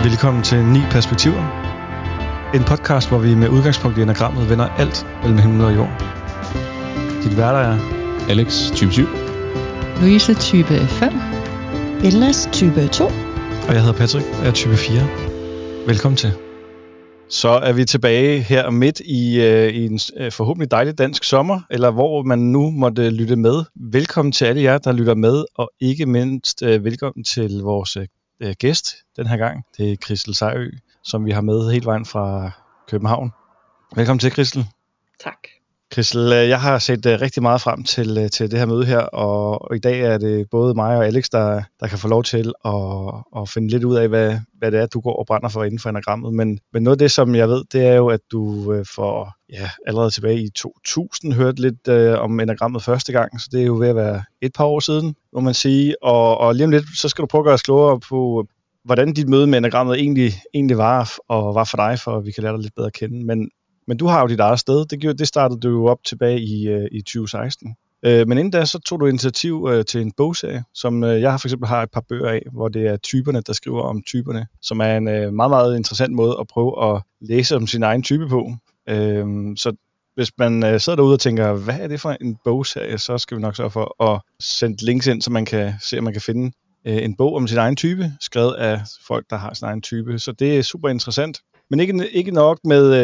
Velkommen til 9 Perspektiver. En podcast, hvor vi med udgangspunkt i enagrammet vender alt mellem himmel og jord. Dit værter er Alex, type 7. Louise, type 5. Elnas, type 2. Og jeg hedder Patrick, og jeg er type 4. Velkommen til. Så er vi tilbage her midt i en forhåbentlig dejlig dansk sommer, eller hvor man nu måtte lytte med. Velkommen til alle jer, der lytter med, og ikke mindst velkommen til vores gæst den her gang. Det er Christel Sejø, som vi har med hele vejen fra København. Velkommen til, Christel. Tak. Christel, jeg har set rigtig meget frem til det her møde her, og i dag er det både mig og Alex, der kan få lov til at finde lidt ud af, hvad det er, du går og brænder for inden for enagrammet. Men noget af det, som jeg ved, det er jo, at du allerede tilbage i 2000 hørte lidt om enagrammet første gang, så det er jo ved at være et par år siden, må man sige. Og lige om lidt, så skal du prøve at gøre os klogere på, hvordan dit møde med enagrammet egentlig var, og var for dig, for at vi kan lære dig lidt bedre at kende. Men du har jo dit eget sted. Det startede du jo op tilbage i 2016. Men inden da, så tog du initiativ til en bogserie, som jeg for eksempel har et par bøger af, hvor det er typerne, der skriver om typerne, som er en meget, meget interessant måde at prøve at læse om sin egen type på. Så hvis man sidder derude og tænker, hvad er det for en bogserie, så skal vi nok sørge for at sende links ind, så man kan se, om man kan finde en bog om sin egen type, skrevet af folk, der har sin egen type. Så det er super interessant. Men ikke nok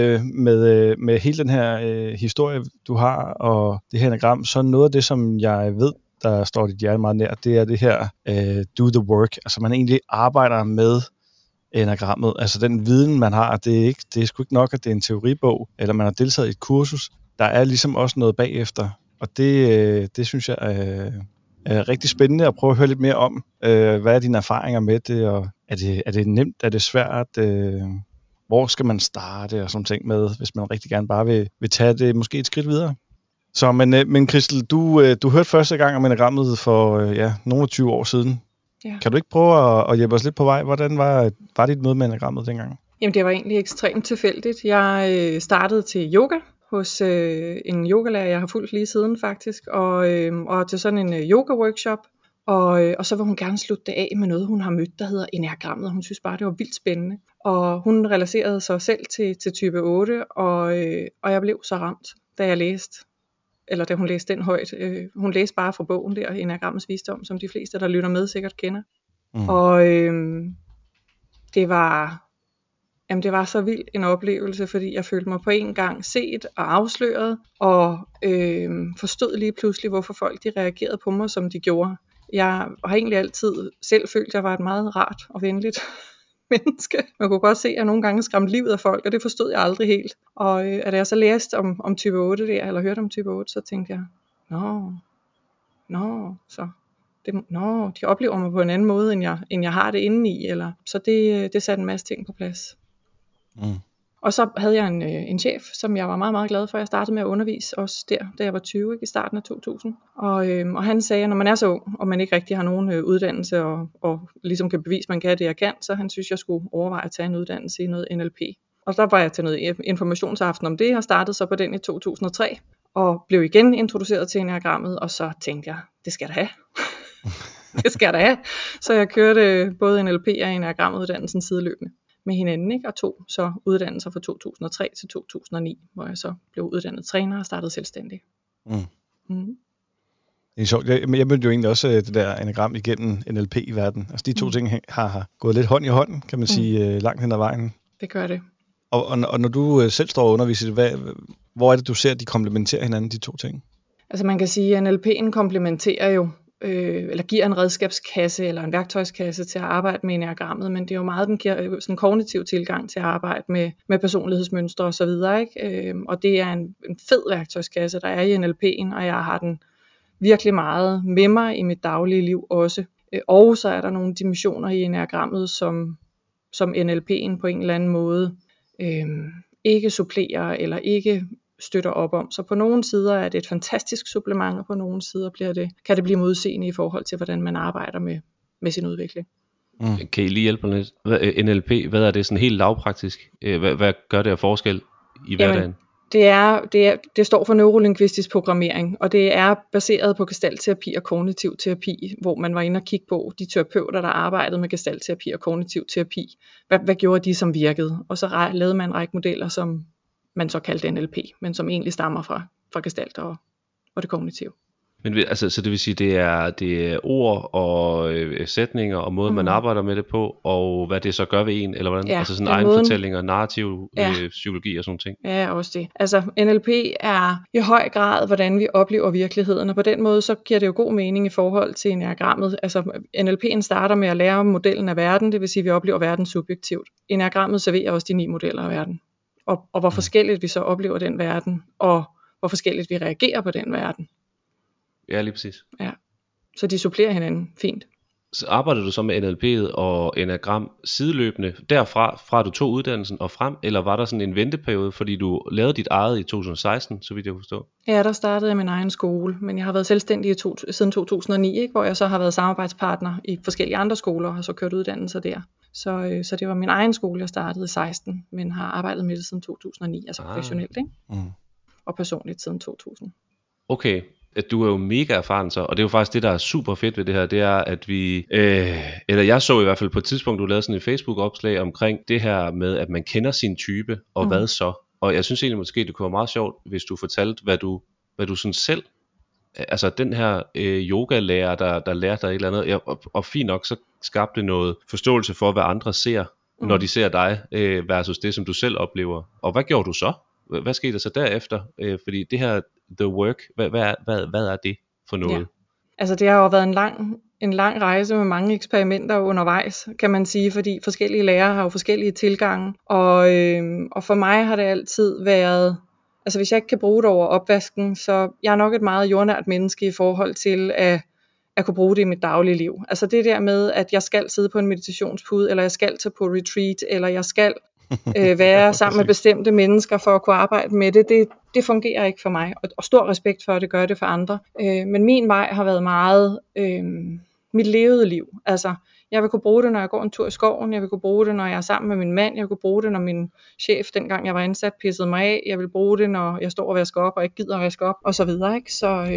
med hele den her historie, du har, og det her enagram, så noget af det, som jeg ved, der står dit hjerte meget nær, det er det her do the work. Altså man egentlig arbejder med enagrammet. Altså den viden, man har, det er sgu ikke nok, at det er en teoribog, eller man har deltaget i et kursus. Der er ligesom også noget bagefter, og det synes jeg er rigtig spændende at prøve at høre lidt mere om. Hvad er dine erfaringer med det, og er det nemt, er det svært? Hvor skal man starte og sådan ting med, hvis man rigtig gerne bare vil tage det måske et skridt videre? Så, men Christel, du hørte første gang om enagrammet for nogle 20 år siden. Ja. Kan du ikke prøve at hjælpe os lidt på vej? Hvordan var dit møde med enagrammet dengang? Jamen det var egentlig ekstremt tilfældigt. Jeg startede til yoga hos en yogalærer, jeg har fulgt lige siden faktisk, og til sådan en yoga-workshop. Og så vil hun gerne slutte det af med noget, hun har mødt, der hedder enagrammet, og hun synes bare, det var vildt spændende. Og hun relaterede sig selv til type 8, og jeg blev så ramt, da hun læste den højt. Hun læste bare fra bogen der, Enagrammets visdom, som de fleste, der lytter med, sikkert kender. Og det var så vild en oplevelse, fordi jeg følte mig på en gang set og afsløret, og forstod lige pludselig, hvorfor folk de reagerede på mig, som de gjorde. Jeg har egentlig altid selv følt, at jeg var et meget rart og venligt menneske. Man kunne godt se, at jeg nogle gange skræmte livet af folk, og det forstod jeg aldrig helt. Og da jeg så læste om type 8 der, eller hørte om type 8, så tænkte jeg, de oplever mig på en anden måde, end jeg har det indeni. Så det satte en masse ting på plads. Og så havde jeg en chef, som jeg var meget, meget glad for. Jeg startede med at undervise også der, da jeg var 20, i starten af 2000. Og han sagde, at når man er så ung, og man ikke rigtig har nogen uddannelse, og ligesom kan bevise, at man kan det, jeg kan, så han synes, jeg skulle overveje at tage en uddannelse i noget NLP. Og der var jeg til noget informationsaften om det, og startede så på den i 2003, og blev igen introduceret til enagrammet, og så tænkte jeg, det skal jeg da have. Det skal jeg da have. Så jeg kørte både NLP og enagrammuddannelsen sideløbende med hinanden, ikke? Og tog så uddannelser fra 2003 til 2009, hvor jeg så blev uddannet træner og startede selvstændig. Det er sjovt. Jeg mødte jo egentlig også det der enagram igennem NLP i verden. Altså de to ting har gået lidt hånd i hånd, kan man sige, langt hen ad vejen. Det gør det. Og når du selv står og underviser, hvor er det, du ser, at de komplementerer hinanden, de to ting? Altså man kan sige, at NLP'en komplementerer jo, eller giver en redskabskasse eller en værktøjskasse til at arbejde med enagrammet, men det er jo meget, den giver sådan en kognitiv tilgang til at arbejde med personlighedsmønstre og så videre, ikke? Og det er en fed værktøjskasse, der er i NLP'en, og jeg har den virkelig meget med mig i mit daglige liv også. Og så er der nogle dimensioner i enagrammet, som NLP'en på en eller anden måde ikke supplerer eller ikke støtter op om. Så på nogle sider er det et fantastisk supplement, og på nogle sider kan det blive modsigende i forhold til, hvordan man arbejder med sin udvikling. Kan I lige hjælpe mig lidt? NLP, hvad er det sådan helt lavpraktisk? Hvad gør det af forskel i hverdagen? Det står for neurolingvistisk programmering, og det er baseret på gestaltterapi og kognitiv terapi, hvor man var inde og kigge på de terapeuter, der arbejdede med gestaltterapi og kognitiv terapi. Hvad gjorde de, som virkede? Og så lavede man en række modeller, som man så kaldte NLP, men som egentlig stammer fra gestalt og det kognitive. Men altså, så det vil sige, det er ord og sætninger og måden, man arbejder med det på, og hvad det så gør ved en, eller hvordan? Ja, altså sådan egen fortællinger, narrativ, psykologi og sådan ting. Ja, også det. Altså NLP er i høj grad, hvordan vi oplever virkeligheden, og på den måde, så giver det jo god mening i forhold til enagrammet. Altså NLP'en starter med at lære om modellen af verden, det vil sige, at vi oplever verden subjektivt. Enagrammet serverer også de 9 modeller af verden, og hvor forskelligt vi så oplever den verden, og hvor forskelligt vi reagerer på den verden. Ja, lige præcis. Ja. Så de supplerer hinanden fint. Så arbejder du så med NLP'et og enagram sideløbende fra du tog uddannelsen og frem, eller var der sådan en venteperiode, fordi du lavede dit eget i 2016, så vidt jeg forstår? Ja, der startede jeg min egen skole, men jeg har været selvstændig siden 2009, ikke? Hvor jeg så har været samarbejdspartner i forskellige andre skoler, og har så kørt uddannelser der. Så det var min egen skole, jeg startede i 16, men har arbejdet med det siden 2009, altså professionelt, ikke? Og personligt siden 2000. Okay. At du er jo mega erfaren så, og det er jo faktisk det, der er super fedt ved det her, det er, at vi, eller jeg så i hvert fald på et tidspunkt, du lavede sådan et Facebook-opslag omkring det her med, at man kender sin type, og hvad så? Og jeg synes egentlig måske, det kunne være meget sjovt, hvis du fortalte, hvad du sådan selv, altså den her yogalærer, der lærte dig et eller andet, og fint nok, så skabte noget forståelse for, hvad andre ser, når de ser dig, versus det, som du selv oplever. Og hvad gjorde du så? Hvad skete der så derefter? Fordi det her the work, hvad er det for noget? Ja. Altså det har jo været en lang rejse med mange eksperimenter undervejs, kan man sige, fordi forskellige lærere har jo forskellige tilgange, og for mig har det altid været, altså hvis jeg ikke kan bruge det over opvasken, så jeg er nok et meget jordnært menneske i forhold til at kunne bruge det i mit daglige liv. Altså det der med, at jeg skal sidde på en meditationspude, eller jeg skal tage på retreat, eller jeg skal være sammen med bestemte mennesker for at kunne arbejde med det fungerer ikke for mig, og stor respekt for, at det gør det for andre. Men min vej har været meget mit levede liv. Altså, jeg vil kunne bruge det, når jeg går en tur i skoven, jeg vil kunne bruge det, når jeg er sammen med min mand, jeg vil kunne bruge det, når min chef, dengang jeg var ansat, pissede mig af, jeg vil bruge det, når jeg står og vasker op, og ikke gider at vaske op, og så videre, ikke?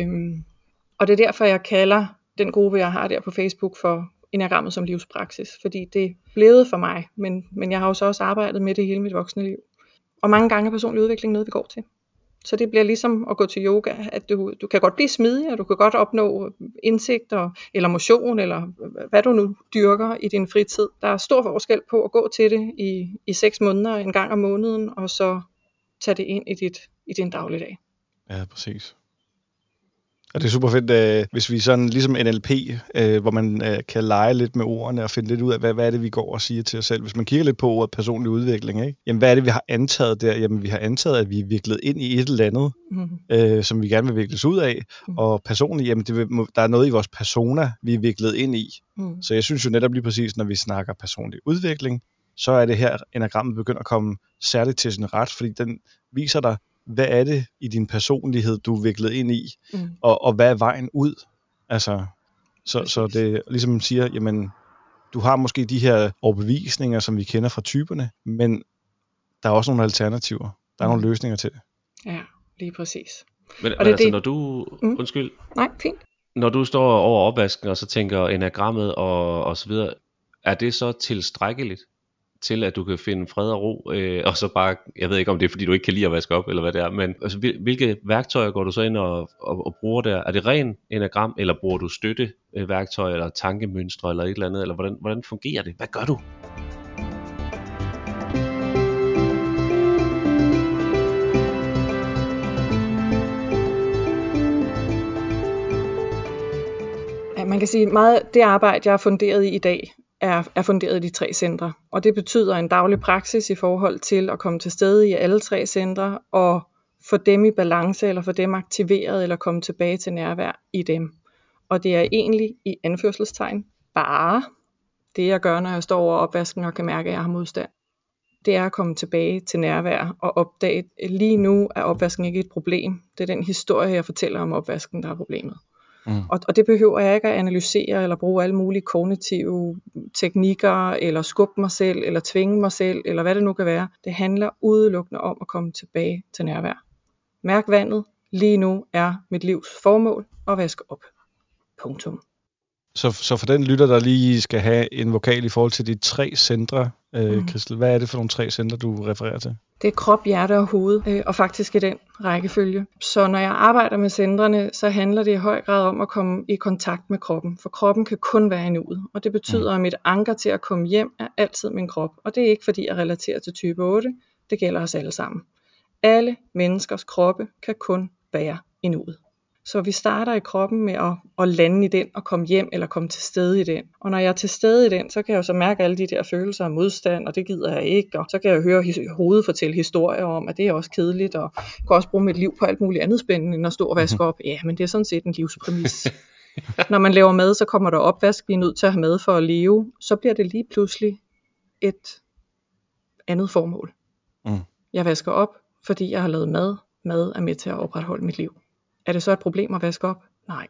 Og det er derfor, jeg kalder den gruppe, jeg har der på Facebook, for enagrammet som livspraksis, fordi det er blevet for mig, men jeg har jo så også arbejdet med det hele mit voksne liv. Og mange gange er personlig udvikling noget, vi går til. Så det bliver ligesom at gå til yoga, at du kan godt blive smidig, og du kan godt opnå indsigt eller motion, eller hvad du nu dyrker i din fritid. Der er stor forskel på at gå til det i 6 måneder, en gang om måneden, og så tage det ind i din dagligdag. Ja, præcis. Og det er super fedt, hvis vi sådan ligesom NLP, hvor man kan lege lidt med ordene og finde lidt ud af, hvad er det, vi går og siger til os selv. Hvis man kigger lidt på ordet personlig udvikling, ikke? Jamen, hvad er det, vi har antaget der? Jamen, vi har antaget, at vi er viklet ind i et eller andet, som vi gerne vil vikles ud af. Og personligt, jamen, der er noget i vores persona, vi er viklet ind i. Så jeg synes jo netop lige præcis, når vi snakker personlig udvikling, så er det her, enagrammet begynder at komme særligt til sin ret, fordi den viser dig, hvad er det i din personlighed, du er viklet ind i, og hvad er vejen ud? Altså, så det ligesom siger, jamen, du har måske de her overbevisninger, som vi kender fra typerne, men der er også nogle alternativer. Der er nogle løsninger til det. Ja, lige præcis. Men altså, når du... Undskyld. Nej, fint. Når du står over opvasken, og så tænker enagrammet og så videre, er det så tilstrækkeligt til, at du kan finde fred og ro, og så bare, jeg ved ikke om det er, fordi du ikke kan lide at vaske op, eller hvad det er, men altså, hvilke værktøjer går du så ind og bruger der? Er det ren enagram, eller bruger du støtteværktøjer, eller tankemønstre, eller et eller andet, eller hvordan fungerer det? Hvad gør du? Ja, man kan sige, meget det arbejde, jeg har funderet i dag, er funderet i de 3 centre. Og det betyder en daglig praksis i forhold til at komme til stede i alle 3 centre, og få dem i balance, eller få dem aktiveret, eller komme tilbage til nærvær i dem. Og det er egentlig i anførselstegn bare det, jeg gør, når jeg står over opvasken og kan mærke, at jeg har modstand. Det er at komme tilbage til nærvær og opdage, at lige nu er opvasken ikke et problem. Det er den historie, jeg fortæller om opvasken, der er problemet. Og det behøver jeg ikke at analysere eller bruge alle mulige kognitive teknikker, eller skubbe mig selv, eller tvinge mig selv, eller hvad det nu kan være. Det handler udelukkende om at komme tilbage til nærvær. Mærk vandet. Lige nu er mit livs formål at vaske op. Punktum. Så for den lytter, der lige skal have en vokal i forhold til de 3 centre, Christel, hvad er det for nogle 3 centre, du refererer til? Det er krop, hjerte og hoved, og faktisk i den rækkefølge. Så når jeg arbejder med centrene, så handler det i høj grad om at komme i kontakt med kroppen. For kroppen kan kun være i nuet, og det betyder, at mit anker til at komme hjem er altid min krop. Og det er ikke fordi jeg relaterer til type 8, det gælder os alle sammen. Alle menneskers kroppe kan kun være i nuet. Så vi starter i kroppen med at lande i den og komme hjem eller komme til stede i den. Og når jeg er til stede i den, så kan jeg jo så mærke alle de der følelser af modstand, og det gider jeg ikke. Og så kan jeg høre hovedet fortælle historier om, at det er også kedeligt, og jeg kan også bruge mit liv på alt muligt andet spændende, end at stå og vaske op. Ja, men det er sådan set en livspræmis. Når man laver mad, så kommer der opvask, vi er nødt til at have mad for at leve. Så bliver det lige pludselig et andet formål. Jeg vasker op, fordi jeg har lavet mad. Mad er med til at opretholde mit liv. Er det så et problem at vaske op? Nej.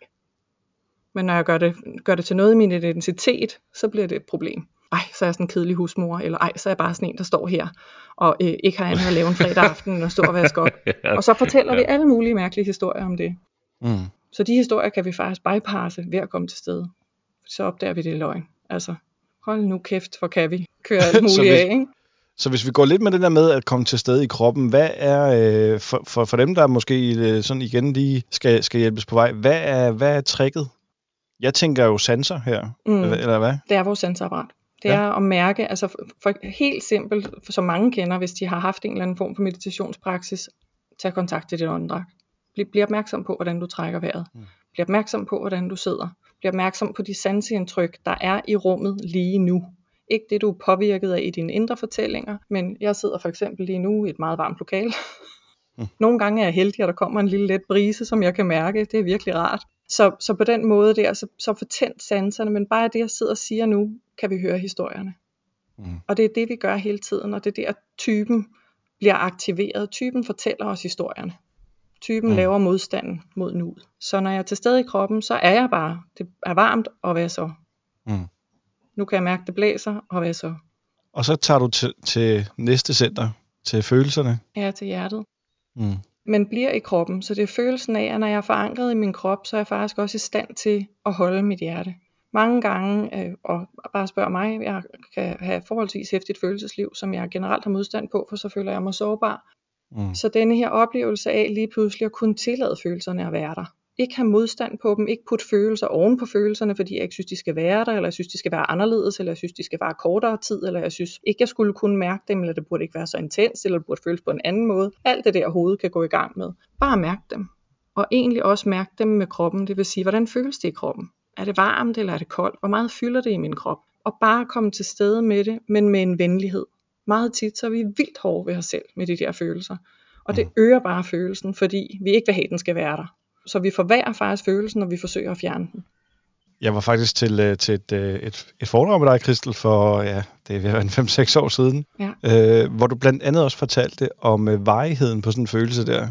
Men når jeg gør det til noget i min identitet, så bliver det et problem. Så er jeg sådan en kedelig husmor, eller så er jeg bare sådan en, der står her, og ikke har andet at lave en fredag aften, end at stå og vaske op. Og så fortæller vi alle mulige mærkelige historier om det. Så de historier kan vi faktisk bypasse ved at komme til stede. Så opdager vi det i løgn. Altså, hold nu kæft, for kan vi køre alt muligt af, ikke? Så hvis vi går lidt med det der med at komme til stede i kroppen, hvad er, for dem, der måske sådan igen lige skal hjælpes på vej, hvad er tricket? Jeg tænker jo sanser her, eller hvad? Det er vores sanseapparat. Det er at mærke, altså for helt simpelt, for som mange kender, hvis de har haft en eller anden form for meditationspraksis, tag kontakt til dit åndedræt. Bliv opmærksom på, hvordan du trækker vejret. Bliv opmærksom på, hvordan du sidder. Bliv opmærksom på de sanseindtryk, der er i rummet lige nu. Ikke det, du er påvirket af i dine indre fortællinger, men jeg sidder for eksempel lige nu i et meget varmt lokale. Nogle gange er jeg heldig, at der kommer en lille let brise, som jeg kan mærke. Det er virkelig rart. Så på den måde der, så fortændt sanserne, men bare det, jeg sidder og siger nu, kan vi høre historierne. Og det er det, vi gør hele tiden, og det er der, typen bliver aktiveret. Typen fortæller os historierne. Typen laver modstanden mod nuet. Så når jeg er til stede i kroppen, så er jeg bare, det er varmt, og hvad så? Nu kan jeg mærke, det blæser, og hvad så? Og så tager du til næste center, til følelserne? Ja, til hjertet. Men bliver i kroppen, så det er følelsen af, at når jeg er forankret i min krop, så er jeg faktisk også i stand til at holde mit hjerte. Mange gange, og bare spørg mig, jeg kan have forholdsvis hæftigt følelsesliv, som jeg generelt har modstand på, for så føler jeg mig sårbar. Så denne her oplevelse af lige pludselig at kunne tillade følelserne at være der. Ikke have modstand på dem, ikke putte følelser oven på følelserne, fordi jeg ikke synes, de skal være der, eller jeg synes, de skal være anderledes, eller jeg synes, de skal være kortere tid, eller jeg synes ikke, jeg skulle kunne mærke dem, eller det burde ikke være så intens, eller det burde føles på en anden måde. Alt det der hovedet kan gå i gang med. Bare mærk dem. Og egentlig også mærk dem med kroppen, det vil sige, hvordan føles det i kroppen? Er det varmt, eller er det koldt? Hvor meget fylder det i min krop? Og bare komme til stede med det, men med en venlighed. Meget tit, så er vi vildt hårde ved os selv med de der følelser. Og det øger bare følelsen, fordi vi ikke vil have, den skal være der. Så vi forværrer faktisk følelsen, når vi forsøger at fjerne den. Jeg var faktisk til et foredrag med dig, Christel, for det er ved at være 5-6 år siden, hvor du blandt andet også fortalte om varigheden på sådan en følelse der.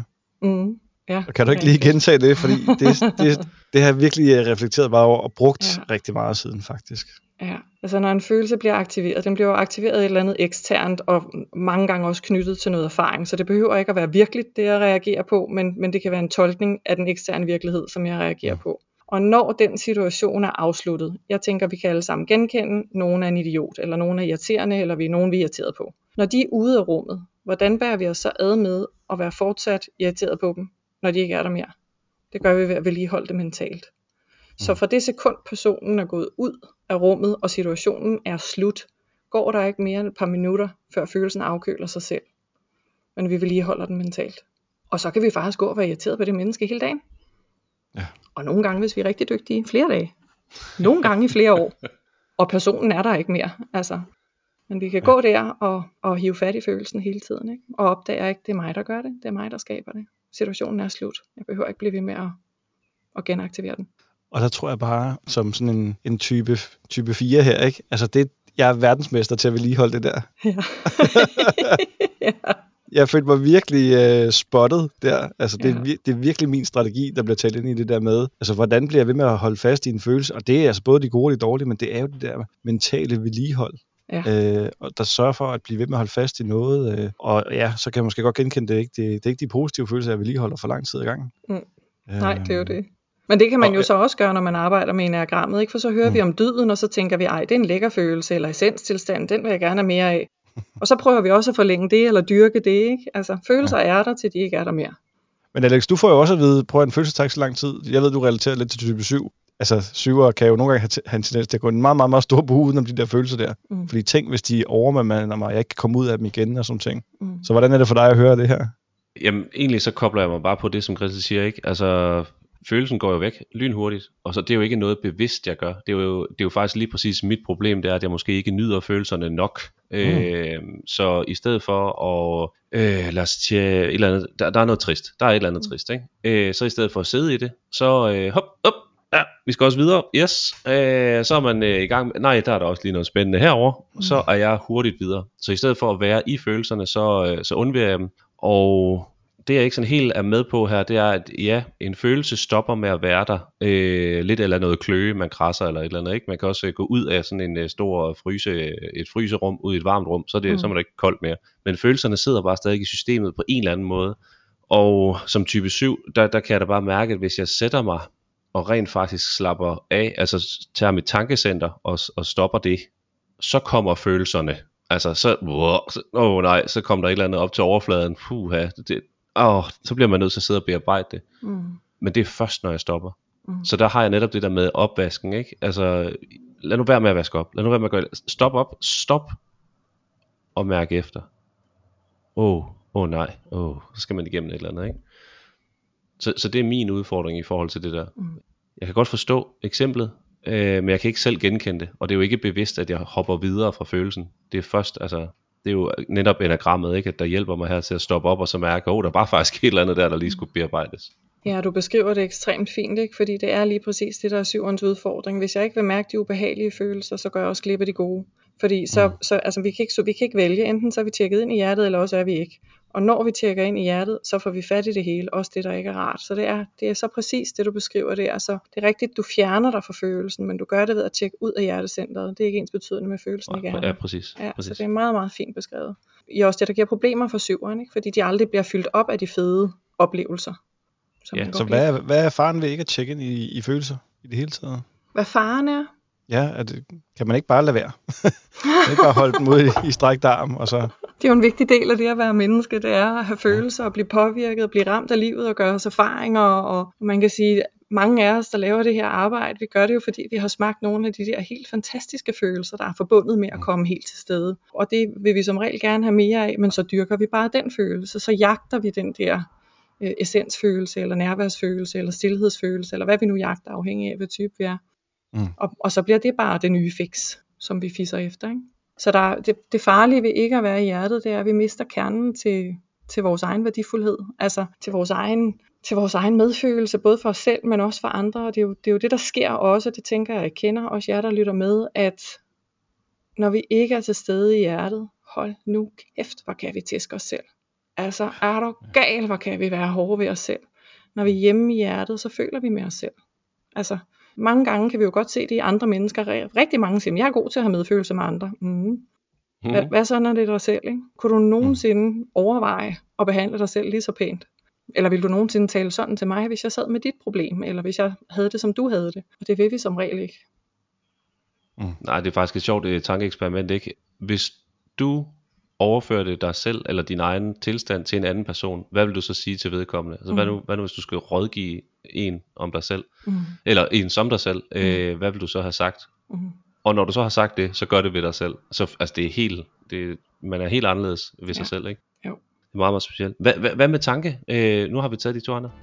Ja, og kan du ikke lige gentage det, fordi det har jeg virkelig reflekteret meget over og brugt rigtig meget siden faktisk. Ja, altså når en følelse bliver aktiveret, den bliver jo aktiveret et eller andet eksternt, og mange gange også knyttet til noget erfaring, så det behøver ikke at være virkeligt, det jeg reagerer på, men det kan være en tolkning af den eksterne virkelighed, som jeg reagerer på. Og når den situation er afsluttet, jeg tænker, vi kan alle sammen genkende, nogen er en idiot, eller nogen er irriterende, eller vi er nogen, vi er irriteret på. Når de er ude af rummet, hvordan bærer vi os så ad med at være fortsat irriteret på dem, når de ikke er der mere? Det gør vi ved at vedligeholde det mentalt. Så for det sekund personen er gået ud af rummet, og situationen er slut, går der ikke mere end et par minutter, før følelsen afkøler sig selv. Men vi vedligeholder den mentalt. Og så kan vi faktisk gå og være irriteret på det menneske hele dagen. Ja. Og nogle gange, hvis vi er rigtig dygtige, flere dage. Nogle gange i flere år. Og personen er der ikke mere. Altså. Men vi kan gå der og hive fat i følelsen hele tiden. Ikke? Og opdager ikke, det er mig, der gør det. Det er mig, der skaber det. Situationen er slut. Jeg behøver ikke blive ved med at genaktivere den. Og der tror jeg bare, som sådan en type 4 her, ikke? Altså jeg er verdensmester til at vedligeholde det der. Ja. Jeg følte mig virkelig spottet der. Altså, det er virkelig min strategi, der bliver talt ind i det der med. Altså, hvordan bliver jeg ved med at holde fast i en følelse? Og det er altså både de gode og de dårlige, men det er jo det der mentale vedligehold. Ja. Og der sørger for at blive ved med at holde fast i noget. Og ja, så kan jeg måske godt genkende det. Ikke? Det er ikke de positive følelser, jeg vedligeholder for lang tid ad gangen. Nej, det er jo det. Men det kan man jo så også gøre, når man arbejder med enagrammet, ikke? For så hører vi om dyden, og så tænker vi, ej, det er en lækker følelse, eller essenstilstand, den vil jeg gerne have mere af. Og så prøver vi også at forlænge det, eller dyrke det, ikke? Altså, følelser er der, til de ikke er der mere. Men Alex, du får jo også at vide, prøv en følelsestræk så lang tid. Jeg ved, du relaterer lidt til type 7. Altså, 7'ere kan jo nogle gange have en tendens til at gå en meget, meget, meget stor bue udenom de der følelser der. Fordi tænk, hvis de overmander mig, og jeg ikke kan komme ud af dem igen, og sådan ting. Så hvordan er det for dig at høre det her? Jamen, egentlig så kobler jeg mig bare på det, som Christel siger, ikke? Altså, følelsen går jo væk lynhurtigt, og så det er jo ikke noget bevidst, jeg gør. Det er jo faktisk lige præcis mit problem, det er, at jeg måske ikke nyder følelserne nok. Så i stedet for at lad os sige et eller andet, der er noget trist, der er et eller andet trist, ikke? Så i stedet for at sidde i det, så hop, ja, vi skal også videre, yes, så er man i gang med, nej, der er der også lige noget spændende herover, så er jeg hurtigt videre. Så i stedet for at være i følelserne, så undværer jeg dem, og det jeg ikke sådan helt er med på her, det er, at ja, en følelse stopper med at være der, lidt eller noget kløe, man krasser eller et eller andet, ikke? Man kan også gå ud af sådan en stor et fryserum, ud i et varmt rum, så er det ikke koldt mere. Men følelserne sidder bare stadig i systemet på en eller anden måde, og som type 7, der kan jeg da bare mærke, at hvis jeg sætter mig og rent faktisk slapper af, altså tager mit tankecenter og stopper det, så kommer følelserne, altså så kommer der et eller andet op til overfladen, så bliver man nødt til at sidde og bearbejde det. Men det er først, når jeg stopper. Så der har jeg netop det der med opvasken, ikke? Altså, lad nu være med at vaske op. Lad nu være med at gøre det. Stop og mærke efter. Nej. Så skal man igennem et eller andet, ikke? Så det er min udfordring i forhold til det der. Jeg kan godt forstå eksemplet, men jeg kan ikke selv genkende det. Og det er jo ikke bevidst, at jeg hopper videre fra følelsen. Det er først, altså, det er jo netop enagrammet, ikke, at der hjælper mig her til at stoppe op og så mærke, der er bare faktisk et eller andet der lige skulle bearbejdes. Ja, du beskriver det ekstremt fint, ikke? Fordi det er lige præcis det, der er 7'ernes udfordring. Hvis jeg ikke vil mærke de ubehagelige følelser, så gør jeg også glip af de gode. Fordi så altså, vi kan ikke vælge, enten så er vi tjekket ind i hjertet, eller også er vi ikke. Og når vi tjekker ind i hjertet, så får vi fat i det hele, også det, der ikke er rart. Så det er så præcis det, du beskriver det. Altså, det er rigtigt, du fjerner dig fra følelsen, men du gør det ved at tjekke ud af hjertecentret. Det er ikke ens betydende med følelsen ikke er der. Ja, præcis. Så det er meget, meget fint beskrevet. I også det, der giver problemer for 7'eren, ikke? Fordi de aldrig bliver fyldt op af de fede oplevelser. Så hvad er faren ved ikke at tjekke ind i følelser i det hele taget? Hvad faren er? Ja, kan man ikke bare lade være? Man ikke bare holde dem ud i strækt arm, og så... Det er jo en vigtig del af det at være menneske, det er at have følelser, og blive påvirket, og blive ramt af livet, og gøre os erfaringer, og man kan sige, mange af os, der laver det her arbejde, vi gør det jo, fordi vi har smagt nogle af de der helt fantastiske følelser, der er forbundet med at komme helt til stede. Og det vil vi som regel gerne have mere af, men så dyrker vi bare den følelse, så jagter vi den der essensfølelse, eller nærværsfølelse, eller stilhedsfølelse, eller hvad vi nu jagter, afhængig af, hvad type vi er. Og så bliver det bare det nye fix, som vi fisser efter, ikke? Så det farlige ved ikke at være i hjertet, det er, at vi mister kernen til vores egen værdifuldhed, altså til vores egen medfølelse, både for os selv, men også for andre. Og det er jo det, der sker også, det tænker jeg kender, også jer, der lytter med, at når vi ikke er til stede i hjertet, hold nu kæft, hvor kan vi tæske os selv. Altså, er du gal, hvor kan vi være hårde ved os selv. Når vi er hjemme i hjertet, så føler vi med os selv. Altså, mange gange kan vi jo godt se det i andre mennesker. Rigtig mange siger, jeg er god til at have medfølelse med andre. Hvad så, når det er dig selv? Ikke? Kunne du nogensinde overveje at behandle dig selv lige så pænt? Eller vil du nogensinde tale sådan til mig, hvis jeg sad med dit problem? Eller hvis jeg havde det, som du havde det? Og det vil vi som regel ikke. Nej, det er faktisk et sjovt tankeeksperiment, ikke? Hvis du overførte dig selv eller din egen tilstand til en anden person, hvad vil du så sige til vedkommende? Altså, hvad nu hvis du skal rådgive en om dig selv, eller en som dig selv, hvad vil du så have sagt? Og når du så har sagt det, så gør det ved dig selv. Så altså, man er helt anderledes ved sig selv, ikke? Jo. Det er meget, meget specielt. Hvad med tanke? Nu har vi taget de 2 andre.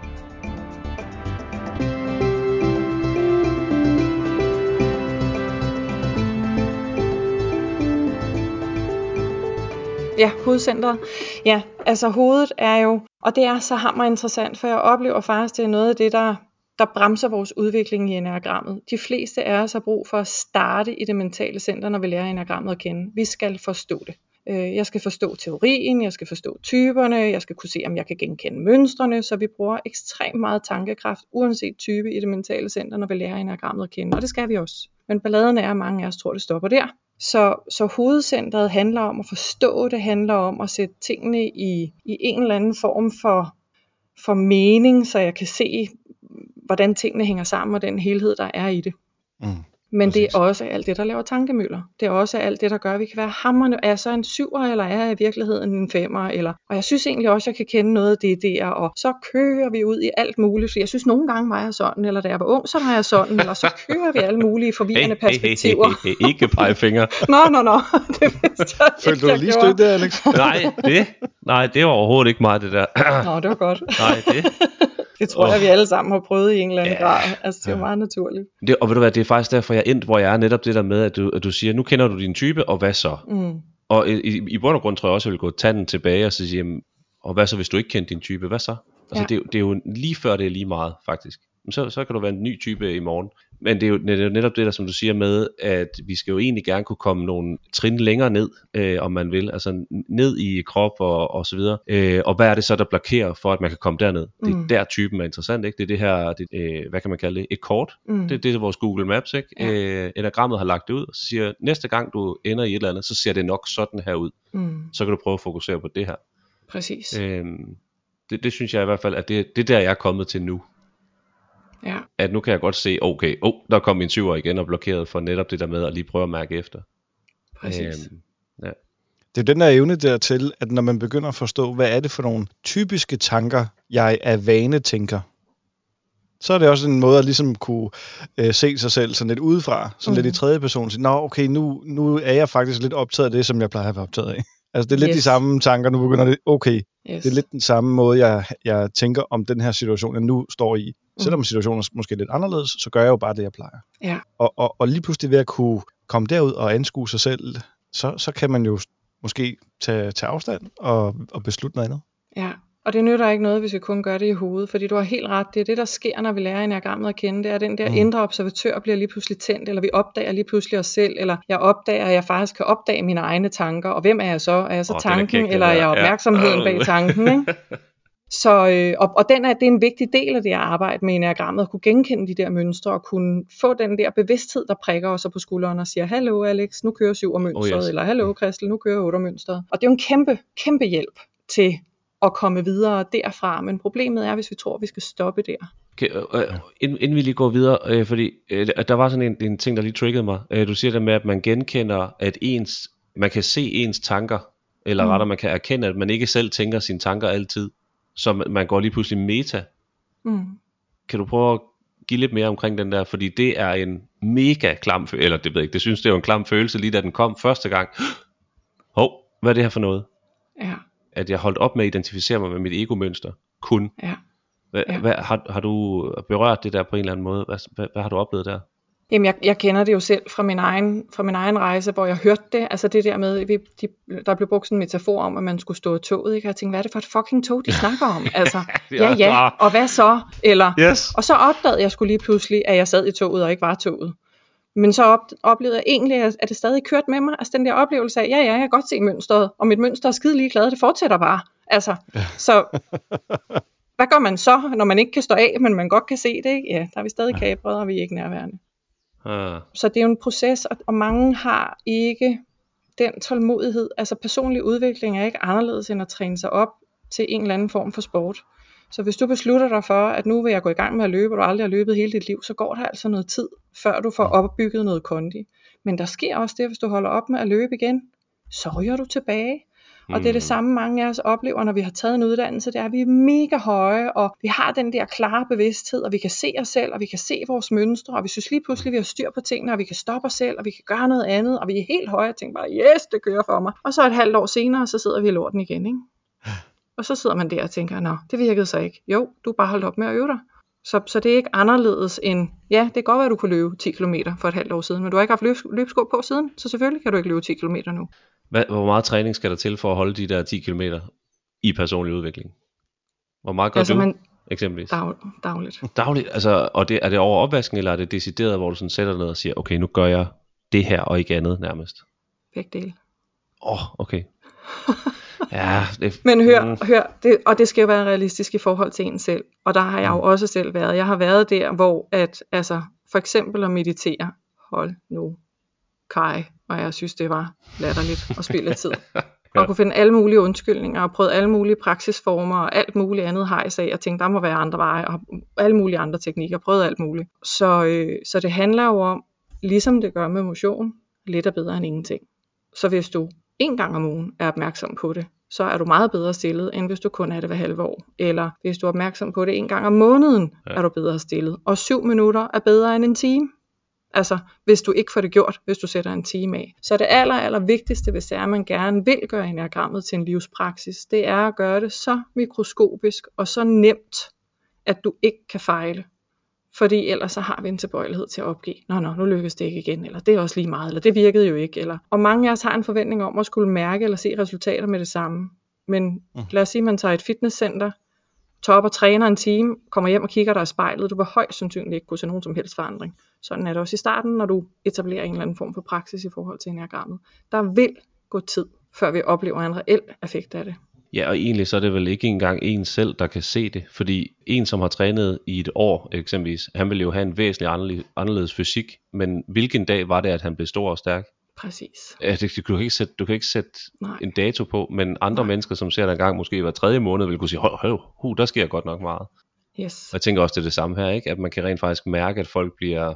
Ja, hovedcentret. Ja, altså hovedet er jo, og det er så hammerinteressant, for jeg oplever faktisk, det er noget af det, der bremser vores udvikling i enagrammet. De fleste af os har brug for at starte i det mentale center, når vi lærer enagrammet at kende. Vi skal forstå det. Jeg skal forstå teorien, jeg skal forstå typerne, jeg skal kunne se, om jeg kan genkende mønstrene, så vi bruger ekstremt meget tankekraft, uanset type i det mentale center, når vi lærer enagrammet at kende, og det skal vi også. Men balladen er, at mange af os tror, det stopper der. Så hovedcentret handler om at forstå, det handler om at sætte tingene i en eller anden form for mening, så jeg kan se, hvordan tingene hænger sammen, og den helhed, der er i det. Men præcis. Det er også alt det, der laver tankemøller. Det er også alt det, der gør, at vi kan være hamrende. Er jeg så en 7'er, eller er jeg i virkeligheden en 5'er? Og jeg synes egentlig også, at jeg kan kende noget af det der. Og så kører vi ud i alt muligt. For jeg synes, nogle gange var jeg sådan, eller da jeg var ung, så var jeg sådan. Eller så kører vi alle mulige forvirrende perspektiver. Ikke pege fingre. Nå. Det vidste jeg. Følte du lige stødt der, Alex? Nej, det var overhovedet ikke mig, det der. Nå, det var godt. Nej, det... Det tror jeg, vi alle sammen har prøvet i en eller anden grad. Altså, det er jo meget naturligt. Og ved du hvad, det er faktisk derfor, jeg endte, hvor jeg er netop det der med, at du siger, nu kender du din type, og hvad så? Og i bund og grund tror jeg også, at jeg vil gå tage den tilbage og sige, jamen, og hvad så, hvis du ikke kender din type? Hvad så? Altså, det er jo lige før, det er lige meget, faktisk. Så kan du være en ny type i morgen. Men det er jo netop det der, som du siger med, at vi skal jo egentlig gerne kunne komme nogle trin længere ned, om man vil, altså ned i krop og så videre. Og hvad er det så, der blokerer for, at man kan komme derned? Det er der typen er interessant, ikke? Det er det her, hvad kan man kalde det? Et kort. Det er vores Google Maps, ikke? Enagrammet har lagt det ud, og så siger, næste gang du ender i et eller andet, så ser det nok sådan her ud. Så kan du prøve at fokusere på det her. Præcis. Det synes jeg i hvert fald, at det der, jeg er kommet til nu. Ja. At nu kan jeg godt se, okay, der kom min 7'er igen og blokeret for netop det der med at lige prøve at mærke efter. Præcis. Ja. Det er den der evne dertil, at når man begynder at forstå, hvad er det for nogle typiske tanker, jeg er vanetænker, så er det også en måde at ligesom kunne se sig selv sådan lidt udefra, sådan lidt i tredje person, sige, nå okay, nu er jeg faktisk lidt optaget af det, som jeg plejer at være optaget af. Altså det er lidt de samme tanker, nu begynder det, okay, det er lidt den samme måde, jeg tænker om den her situation, jeg nu står i. Selvom situationen er måske lidt anderledes, så gør jeg jo bare det, jeg plejer. Ja. Og lige pludselig ved at kunne komme derud og anskue sig selv, så kan man jo måske tage afstand og beslutte noget andet. Ja, og det nytter ikke noget, hvis vi kun gør det i hovedet, fordi du har helt ret, det er det, der sker, når vi lærer enagrammet at kende, det er den der indre observatør bliver lige pludselig tændt, eller vi opdager lige pludselig os selv, eller jeg opdager, at jeg faktisk kan opdage mine egne tanker, og hvem er jeg så? Er jeg så tanken, eller er jeg opmærksomheden bag tanken, ikke? Så, og det er en vigtig del af det at arbejde med enagrammet, at kunne genkende de der mønstre, og kunne få den der bevidsthed, der prikker os på skulderen og siger, hallo Alex, nu kører 7'er-mønstret, eller hallo Christel, nu kører 8'er-mønstret. Og det er jo en kæmpe, kæmpe hjælp til at komme videre derfra, men problemet er, hvis vi tror, at vi skal stoppe der. Okay, inden vi lige går videre, fordi der var sådan en ting, der lige triggede mig. Du siger det med, at man genkender, at man kan se ens tanker, eller rettere, man kan erkende, at man ikke selv tænker sine tanker altid, så man går lige pludselig meta. Kan du prøve at give lidt mere omkring den der, fordi det er en mega klam følelse, eller det ved jeg ikke, det synes det er jo en klam følelse, lige da den kom første gang. Hvad er det her for noget? Ja. At jeg holdt op med at identificere mig med mit ego-mønster, kun. Ja. Har du berørt det der på en eller anden måde? Hvad har du oplevet der? Jamen, jeg kender det jo selv fra min egen rejse, hvor jeg hørte det. Altså det der med, der blev brugt sådan en metafor om, at man skulle stå i toget. Ikke? Jeg tænkte, hvad er det for et fucking tog, de snakker om? Altså, ja, og hvad så? Og så opdagede jeg skulle lige pludselig, at jeg sad i toget og ikke var toget. Men så oplevede jeg egentlig, at det stadig kørte med mig. Altså den der oplevelse af, jeg kan godt se mønstret, og mit mønster er skide ligeglad, det fortsætter bare. Altså, så hvad gør man så, når man ikke kan stå af, men man godt kan se det? Ikke? Ja, der er vi stadig kapret, og vi er ikke nærværende. Så det er jo en proces, og mange har ikke den tålmodighed. Altså personlig udvikling er ikke anderledes end at træne sig op til en eller anden form for sport. Så hvis du beslutter dig for, at nu vil jeg gå i gang med at løbe, og du aldrig har løbet hele dit liv, så går der altså noget tid, før du får opbygget noget kondi. Men der sker også det, hvis du holder op med at løbe igen, så ryger du tilbage. Og det er det samme, mange af os oplever, når vi har taget en uddannelse, det er, at vi er mega høje, og vi har den der klare bevidsthed, og vi kan se os selv, og vi kan se vores mønstre, og vi synes lige pludselig, vi har styr på tingene, og vi kan stoppe os selv, og vi kan gøre noget andet, og vi er helt høje og tænker bare, yes, det kører for mig. Og så et halvt år senere, så sidder vi i lorten igen, ikke? Og så sidder man der og tænker, nå, det virkede så ikke. Jo, du er bare holdt op med at øve dig. Så det er ikke anderledes end, ja, det kan godt være, at du kunne løbe 10 km for et halvt år siden, men du har ikke haft løbsko på siden, så selvfølgelig kan du ikke løbe 10 km nu. Hvor meget træning skal der til for at holde de der 10 km i personlig udvikling? Hvor meget gør du, eksempelvis? Dagligt. Dagligt, altså, og er det over opvasken, eller er det decideret, hvor du sådan sætter ned og siger, okay, nu gør jeg det her og ikke andet nærmest? Begge dele. Okay. Ja, Men hør det, og det skal jo være realistisk i forhold til en selv. Og der har jeg jo også selv været. Jeg har været der, hvor at, altså, for eksempel at meditere. Hold nu, Kai. Og jeg synes, det var latterligt at spille tid. Og kunne finde alle mulige undskyldninger, og prøvet alle mulige praksisformer, og alt muligt andet hejs af, og tænkte, der må være andre veje, og alle mulige andre teknikker, prøvet alt muligt. Så det handler jo om, ligesom det gør med motion, lidt er bedre end ingenting. Så hvis du en gang om ugen er opmærksom på det, så er du meget bedre stillet, end hvis du kun er det hver halve år. Eller hvis du er opmærksom på det en gang om måneden, er du bedre stillet. Og 7 minutter er bedre end en time. Altså, hvis du ikke får det gjort, hvis du sætter en time af. Så det aller vigtigste, hvis det er, at man gerne vil gøre enagrammet til en livspraksis, det er at gøre det så mikroskopisk og så nemt, at du ikke kan fejle. Fordi ellers så har vi en tilbøjelighed til at opgive. Nu lykkes det ikke igen, eller det er også lige meget, eller det virkede jo ikke. Eller. Og mange af os har en forventning om at skulle mærke eller se resultater med det samme. Men lad os sige, at man tager et fitnesscenter, tager op og træner en time, kommer hjem og kigger dig i spejlet, du vil højst sandsynligt ikke kunne se nogen som helst forandring. Sådan er det også i starten, når du etablerer en eller anden form for praksis i forhold til enagrammet. Der vil gå tid, før vi oplever en reel effekt af det. Ja, og egentlig så er det vel ikke engang en selv, der kan se det, fordi en, som har trænet i et år eksempelvis, han vil jo have en væsentlig anderledes fysik, men hvilken dag var det, at han blev stor og stærk? Præcis. Ja, du kan ikke sætte en dato på, men andre mennesker, som ser dig en gang måske hver 3. måned, vil kunne sige, der sker godt nok meget. Yes. Og jeg tænker også, det er det samme her, ikke? At man kan rent faktisk mærke, at folk bliver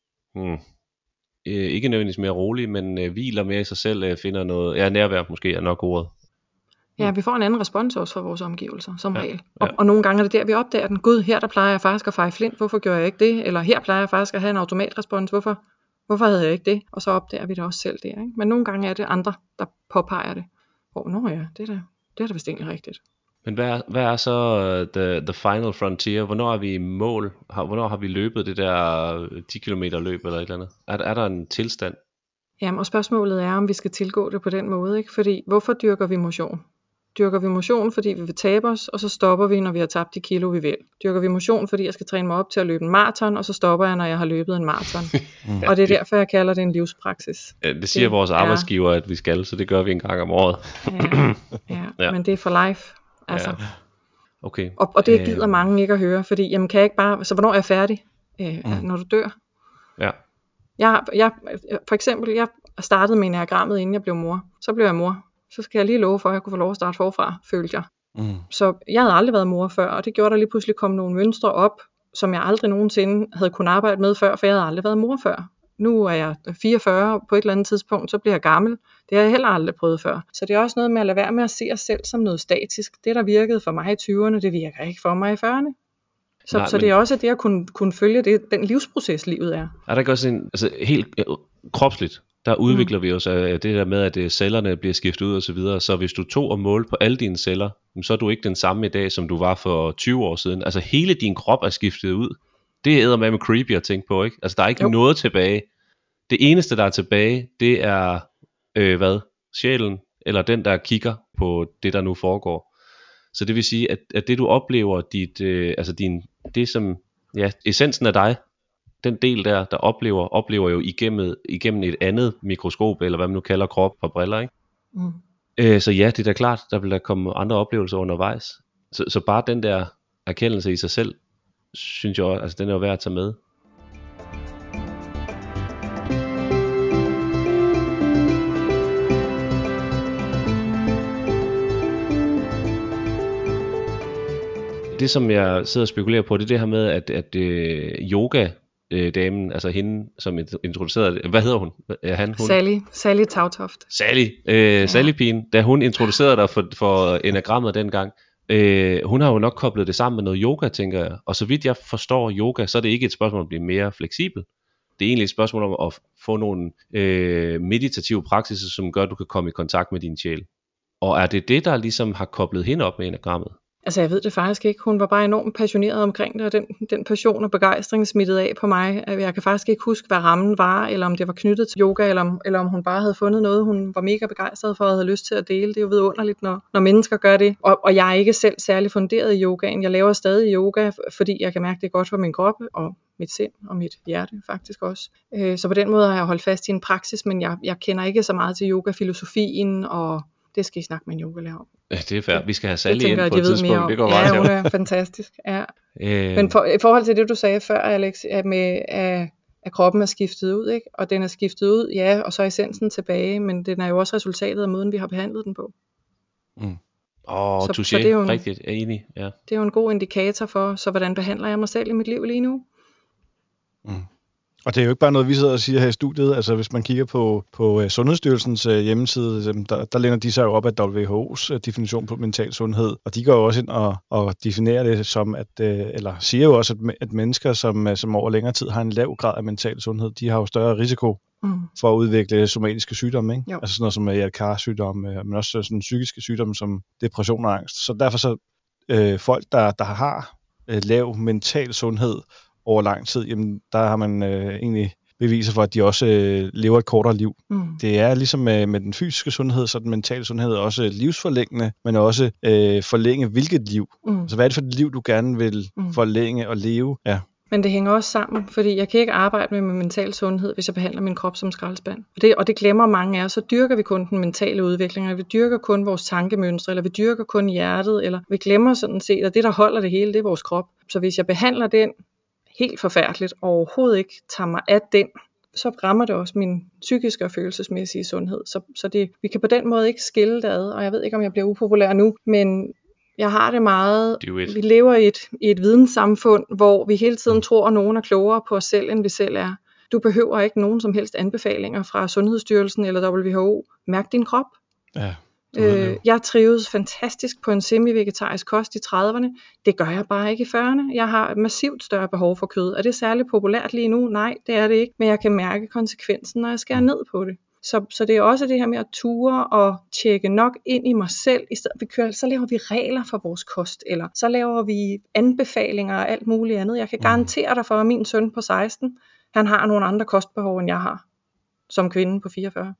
ikke nødvendigvis mere rolige, men hviler mere i sig selv, finder noget, nærvær måske er nok ordet. Ja, vi får en anden respons også fra vores omgivelser, som regel. Og nogle gange er det der, vi opdager den. Gud, her der plejer jeg faktisk at feje flint, hvorfor gjorde jeg ikke det? Eller her plejer jeg faktisk at have en automatrespons, hvorfor havde jeg ikke det? Og så opdager vi det også selv der. Ikke? Men nogle gange er det andre, der påpeger det. Det er da vist egentlig rigtigt. Men hvad er så the final frontier? Hvornår er vi i mål? Hvornår har vi løbet det der 10 km løb eller et eller andet? Er der en tilstand? Jamen, og spørgsmålet er, om vi skal tilgå det på den måde. Ikke? Fordi, hvorfor dyrker vi motion? Dyrker vi motion, fordi vi vil tabe os, og så stopper vi, når vi har tabt de kilo, vi vil? Dyrker vi motion, fordi jeg skal træne mig op til at løbe en maraton, og så stopper jeg, når jeg har løbet en maraton? Og det er derfor, jeg kalder det en livspraksis. Ja, det siger vores arbejdsgiver, at vi skal, så det gør vi en gang om året. Ja. Men det er for life. Altså. Ja. Okay. Og det gider mange ikke at høre, fordi jamen, kan jeg ikke bare, så hvornår er jeg færdig? Når du dør? Ja. For eksempel, jeg startede med enagrammet, inden jeg blev mor. Så blev jeg mor. Så skal jeg lige love for, at jeg kunne få lov at starte forfra, følte jeg. Så jeg havde aldrig været mor før, og det gjorde der lige pludselig kom nogle mønstre op, som jeg aldrig nogensinde havde kunnet arbejde med før, for jeg havde aldrig været mor før. Nu er jeg 44 på et eller andet tidspunkt, så bliver jeg gammel. Det har jeg heller aldrig prøvet før. Så det er også noget med at lade være med at se os selv som noget statisk. Det, der virkede for mig i 20'erne, det virker ikke for mig i 40'erne. Så det er også det at kunne følge den livsproces, livet er. Er der ikke også helt kropsligt? Der udvikler vi os af det der med, at cellerne bliver skiftet ud og så videre. Så hvis du tog og målte på alle dine celler, så er du ikke den samme i dag, som du var for 20 år siden. Altså hele din krop er skiftet ud. Det er med creepy at tænke på, ikke? Altså der er ikke noget tilbage. Det eneste, der er tilbage, det er, sjælen, eller den, der kigger på det, der nu foregår. Så det vil sige, at det du oplever, det som, essensen af dig, den del der oplever jo igennem et andet mikroskop, eller hvad man nu kalder krop og briller, ikke? Så ja, det er da klart, der vil der komme andre oplevelser undervejs. Så bare den der erkendelse i sig selv, synes jeg også, den er jo værd at tage med. Det som jeg sidder og spekulerer på, det er det her med, at yoga damen, altså hende, som introducerede, hvad hedder hun? Hun? Sally Tautoft. Sally-pigen, da hun introducerede dig for enagrammet dengang, hun har jo nok koblet det sammen med noget yoga, tænker jeg. Og så vidt jeg forstår yoga, så er det ikke et spørgsmål om at blive mere fleksibel. Det er egentlig et spørgsmål om at få nogle meditative praksiser, som gør, at du kan komme i kontakt med din sjæl. Og er det det, der ligesom har koblet hende op med enagrammet? Altså jeg ved det faktisk ikke. Hun var bare enormt passioneret omkring det, og den passion og begejstring smittede af på mig. Jeg kan faktisk ikke huske, hvad rammen var, eller om det var knyttet til yoga, eller om hun bare havde fundet noget, hun var mega begejstret for og havde lyst til at dele. Det er jo vidunderligt, når mennesker gør det. Og jeg er ikke selv særlig funderet i yogaen. Jeg laver stadig yoga, fordi jeg kan mærke, det er godt for min krop og mit sind og mit hjerte faktisk også. Så på den måde har jeg holdt fast i en praksis, men jeg kender ikke så meget til yogafilosofien og Det skal I snakke med en yogalærer om. Ja, det er fair. Vi skal have Det Sally tænker ind jeg, på de et ved mere tidspunkt. om. Det går Ja, meget. hun er fantastisk. Ja. Men i forhold til det, du sagde før, Alex, at kroppen er skiftet ud, ikke? Og den er skiftet ud, ja, og så er essensen tilbage, men den er jo også resultatet af måden, vi har behandlet den på. Touché, rigtigt, jeg er enig. Ja. Det er jo en god indikator for, så hvordan behandler jeg mig selv i mit liv lige nu? Og det er jo ikke bare noget, vi sidder og siger her i studiet. Altså hvis man kigger på Sundhedsstyrelsens hjemmeside, der læner de sig jo op af WHO's definition på mental sundhed. Og de går jo også ind og definerer det som, eller siger jo også, at mennesker, som over længere tid har en lav grad af mental sundhed, de har jo større risiko for at udvikle somatiske sygdomme. Ikke? Altså sådan noget som hjertekarsygdomme, men også sådan psykiske sygdomme som depression og angst. Så derfor så folk, der har lav mental sundhed over lang tid, jamen, der har man egentlig beviser for, at de også lever et kortere liv. Det er ligesom med den fysiske sundhed, så den mentale sundhed er også livsforlængende, men også forlænge hvilket liv. Så hvad er det for et liv, du gerne vil forlænge og leve? Ja. Men det hænger også sammen, fordi jeg kan ikke arbejde med mental sundhed, hvis jeg behandler min krop som skraldespand. Og det glemmer mange af os. Så dyrker vi kun den mentale udvikling, eller vi dyrker kun vores tankemønstre, eller vi dyrker kun hjertet, eller vi glemmer sådan set, at det, der holder det hele, det er vores krop. Så hvis jeg behandler den helt forfærdeligt, og overhovedet ikke tager mig af den, så rammer det også min psykiske og følelsesmæssige sundhed. Så vi kan på den måde ikke skille det ad, og jeg ved ikke, om jeg bliver upopulær nu, men jeg har det meget, vi lever i et videnssamfund, hvor vi hele tiden tror, at nogen er klogere på os selv, end vi selv er. Du behøver ikke nogen som helst anbefalinger fra Sundhedsstyrelsen eller WHO. Mærk din krop. Ja. Jeg trives fantastisk på en semi-vegetarisk kost i 30'erne. Det gør jeg bare ikke i 40'erne. Jeg har et massivt større behov for kød. Er det særligt populært lige nu? Nej, det er det ikke. Men jeg kan mærke konsekvensen, når jeg skærer ned på det. Så det er også det her med at ture og tjekke nok ind i mig selv. I stedet så laver vi regler for vores kost, eller så laver vi anbefalinger og alt muligt andet. Jeg kan garantere dig for, at min søn på 16, han har nogle andre kostbehov, end jeg har, som kvinde på 44.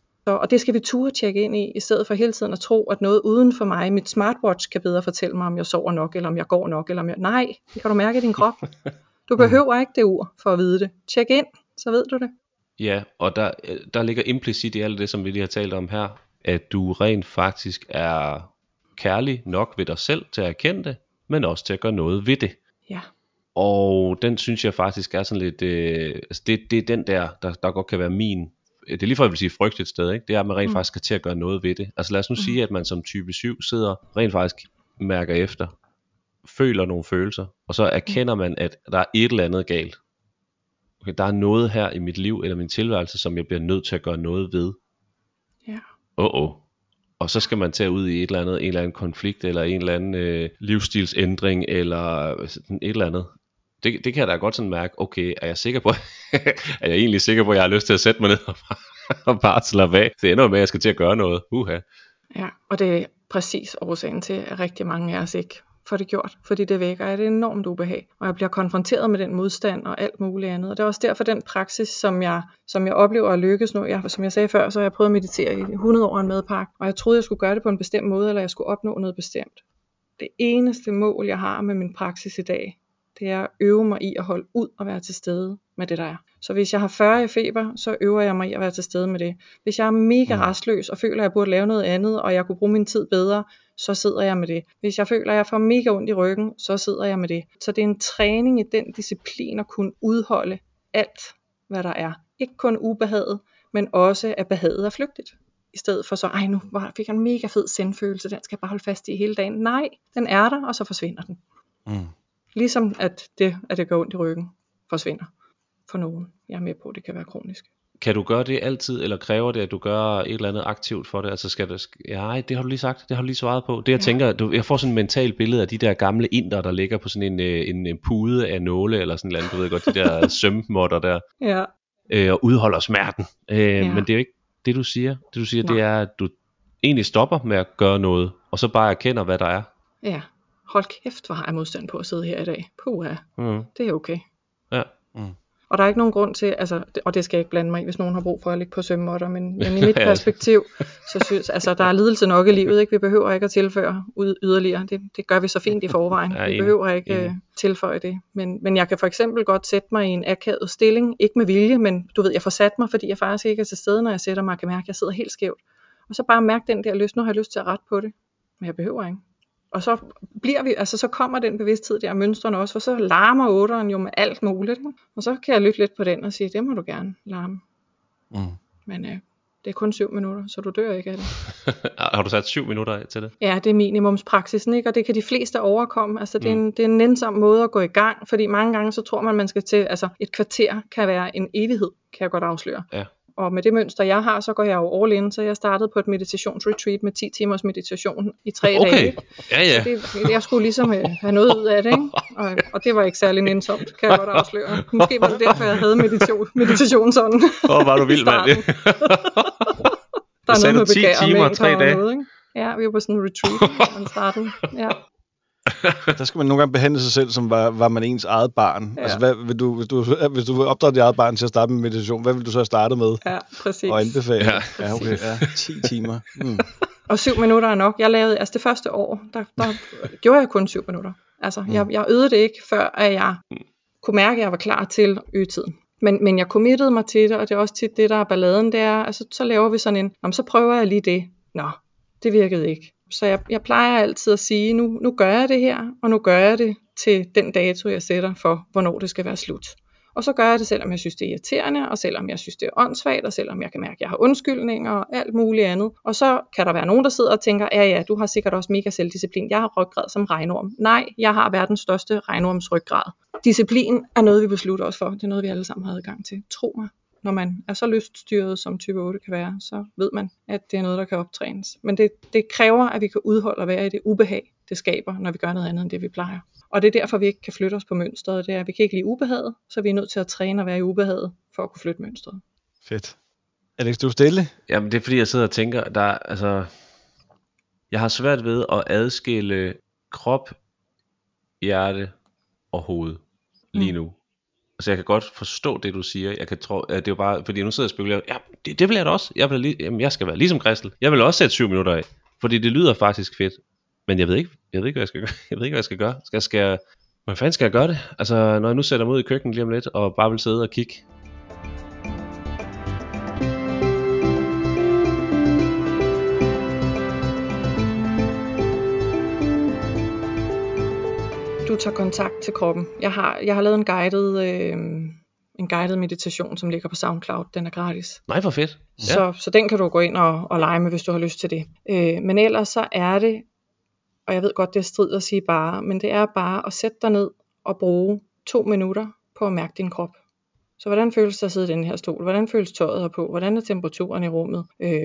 Og det skal vi ture tjekke ind i stedet for hele tiden at tro, at noget uden for mig, mit smartwatch, kan bedre fortælle mig, om jeg sover nok, eller om jeg går nok, eller om jeg... Nej, det kan du mærke i din krop. Du behøver ikke det ur for at vide det. Tjek ind, så ved du det. Ja, og der ligger implicit i alt det, som vi lige har talt om her, at du rent faktisk er kærlig nok ved dig selv til at erkende det, men også til at gøre noget ved det. Ja. Og den synes jeg faktisk er sådan lidt, det er den der godt kan være min, det er lige for at jeg vil sige frygt et sted, ikke? Det er, at man rent faktisk skal til at gøre noget ved det. Altså lad os nu sige, at man som type 7 sidder rent faktisk mærker efter, føler nogle følelser, og så erkender man, at der er et eller andet galt. Okay, der er noget her i mit liv eller min tilværelse, som jeg bliver nødt til at gøre noget ved. Ja. Og så skal man tage ud i en eller anden konflikt, eller en eller anden livsstilsændring, eller sådan et eller andet. Det kan jeg da godt sådan mærke, okay, er jeg sikker på, er jeg egentlig sikker på, at jeg har lyst til at sætte mig ned og bare slappe af? Det ender med, at jeg skal til at gøre noget. Ja, og det er præcis årsagen til, at rigtig mange af os ikke får det gjort, fordi det vækker et enormt ubehag, og jeg bliver konfronteret med den modstand og alt muligt andet. Og det er også derfor den praksis, som jeg oplever at lykkes nu. Som jeg sagde før, så har jeg prøvet at meditere i 100 år en madpakke, og jeg troede, jeg skulle gøre det på en bestemt måde, eller jeg skulle opnå noget bestemt. Det eneste mål, jeg har med min praksis i dag, det er at øve mig i at holde ud og være til stede med det, der er. Så hvis jeg har 40 i feber, så øver jeg mig i at være til stede med det. Hvis jeg er mega rastløs og føler, at jeg burde lave noget andet, og jeg kunne bruge min tid bedre, så sidder jeg med det. Hvis jeg føler, at jeg får mega ondt i ryggen, så sidder jeg med det. Så det er en træning i den disciplin at kunne udholde alt, hvad der er. Ikke kun ubehaget, men også at behaget er flygtigt. I stedet for så, nu fik jeg en mega fed sindfølelse, den skal jeg bare holde fast i hele dagen. Nej, den er der, og så forsvinder den. Ligesom at det gør ondt i ryggen, forsvinder for nogen. Jeg er med på, at det kan være kronisk. Kan du gøre det altid, eller kræver det, at du gør et eller andet aktivt for det? Altså nej, det har du lige sagt, det har du lige svaret på. Det jeg tænker, jeg får sådan et mentalt billede af de der gamle inder, der ligger på sådan en pude af nåle, eller sådan noget, du ved godt, de der sømmotter der, og udholder smerten. Men det er jo ikke det, du siger. Det du siger, det er, at du egentlig stopper med at gøre noget, og så bare erkender, hvad der er. Ja, hold kæft, hvor har jeg modstand på at sidde her i dag. Puha, det er okay. Ja. Og der er ikke nogen grund til, og det skal jeg ikke blande mig i, hvis nogen har brug for at ligge på sømmotter, men i mit perspektiv, så synes der er lidelse nok i livet, ikke? Vi behøver ikke at tilføre yderligere. Det gør vi så fint i forvejen. Vi behøver ikke tilføje det. Men jeg kan for eksempel godt sætte mig i en akavet stilling, ikke med vilje, men du ved, jeg får sat mig, fordi jeg faktisk ikke er til stede, når jeg sætter mig, og kan mærke, at jeg sidder helt skævt. Og så bare mærke den der lyst, nu har jeg lyst til at rette på det, men jeg behøver ikke. Og så bliver vi, altså så kommer den bevidsthed der, mønstrene også, for så larmer 8'eren jo med alt muligt. Ikke? Og så kan jeg lytte lidt på den og sige, det må du gerne larme. Men det er kun 7 minutter, så du dør ikke af det. Har du sat 7 minutter af til det? Ja, det er minimumspraksisen, ikke? Og det kan de fleste overkomme. Altså, det er en nænsom måde at gå i gang, fordi mange gange så tror man skal til, altså et kvarter kan være en evighed, kan jeg godt afsløre. Ja. Og med det mønster, jeg har, så går jeg jo all in, så jeg startede på et meditationsretreat med 10 timers meditation i 3 dage. Ja. Jeg skulle ligesom have noget ud af det, ikke? Og det var ikke særlig nænsomt, kan jeg godt afsløre. Måske var det derfor, jeg havde meditation sådan. Var du vild, mand. Der er noget med 10 timer og 3 dage. Noget, ikke? Ja, vi var på sådan en retreat, man startede. Ja. Der skal man nogle gange behandle sig selv, som var man ens eget barn. Ja. Altså, hvis du opdrager dit eget barn til at starte med meditation, hvad vil du så have startet med? Ja, præcis. Og anbefale? Ja, okay. 10 timer. Og 7 minutter er nok. Jeg lavede, altså det første år, der gjorde jeg kun 7 minutter. Altså, jeg øvede det ikke, før at jeg kunne mærke, at jeg var klar til at øge tiden. Men jeg committede mig til det, og det er også tit det, der er balladen, det er, altså så laver vi sådan en, så prøver jeg lige det. Nå, det virkede ikke. Så jeg plejer altid at sige, nu gør jeg det her, og nu gør jeg det til den dato, jeg sætter for, hvornår det skal være slut. Og så gør jeg det, selvom jeg synes, det er irriterende, og selvom jeg synes, det er åndssvagt, og selvom jeg kan mærke, at jeg har undskyldninger og alt muligt andet. Og så kan der være nogen, der sidder og tænker, ja, du har sikkert også mega selvdisciplin. Jeg har ryggrad som regnorm. Nej, jeg har verdens største regnorms ryggrad. Disciplin er noget, vi beslutter os for. Det er noget, vi alle sammen har adgang til. Tro mig. Når man er så lyststyret, som type 8 kan være, så ved man, at det er noget, der kan optrænes. Men det kræver, at vi kan udholde at være i det ubehag, det skaber, når vi gør noget andet end det, vi plejer. Og det er derfor, vi ikke kan flytte os på mønstret. Det er, at vi kan ikke lide ubehaget, så vi er nødt til at træne og være i ubehaget, for at kunne flytte mønstret. Fedt. Alex, du er stille? Jamen, det er fordi, jeg sidder og tænker, jeg har svært ved at adskille krop, hjerte og hoved lige nu. Altså jeg kan godt forstå det, du siger. Jeg kan tro, at det er jo bare, fordi nu sidder jeg og spekulerer, ja, det vil jeg da også. Jeg skal være ligesom Christel. Jeg vil også sætte 7 minutter af, fordi det lyder faktisk fedt. Men jeg ved ikke, hvad jeg skal gøre. Jeg ved ikke, hvad jeg skal gøre. Hvad fanden skal jeg gøre det? Altså, når jeg nu sætter mig ud i køkkenet lige om lidt, og bare vil sidde og kigge. Du tager kontakt til kroppen. Jeg har lavet en guided meditation, som ligger på SoundCloud. Den er gratis. Nej, hvor fedt. Ja. Så den kan du gå ind og lege med, hvis du har lyst til det. Men ellers så er det, og jeg ved godt, det er strid at sige bare, men det er bare at sætte dig ned og bruge 2 minutter på at mærke din krop. Så hvordan føles det at sidde i den her stol? Hvordan føles tøjet her på? Hvordan er temperaturen i rummet?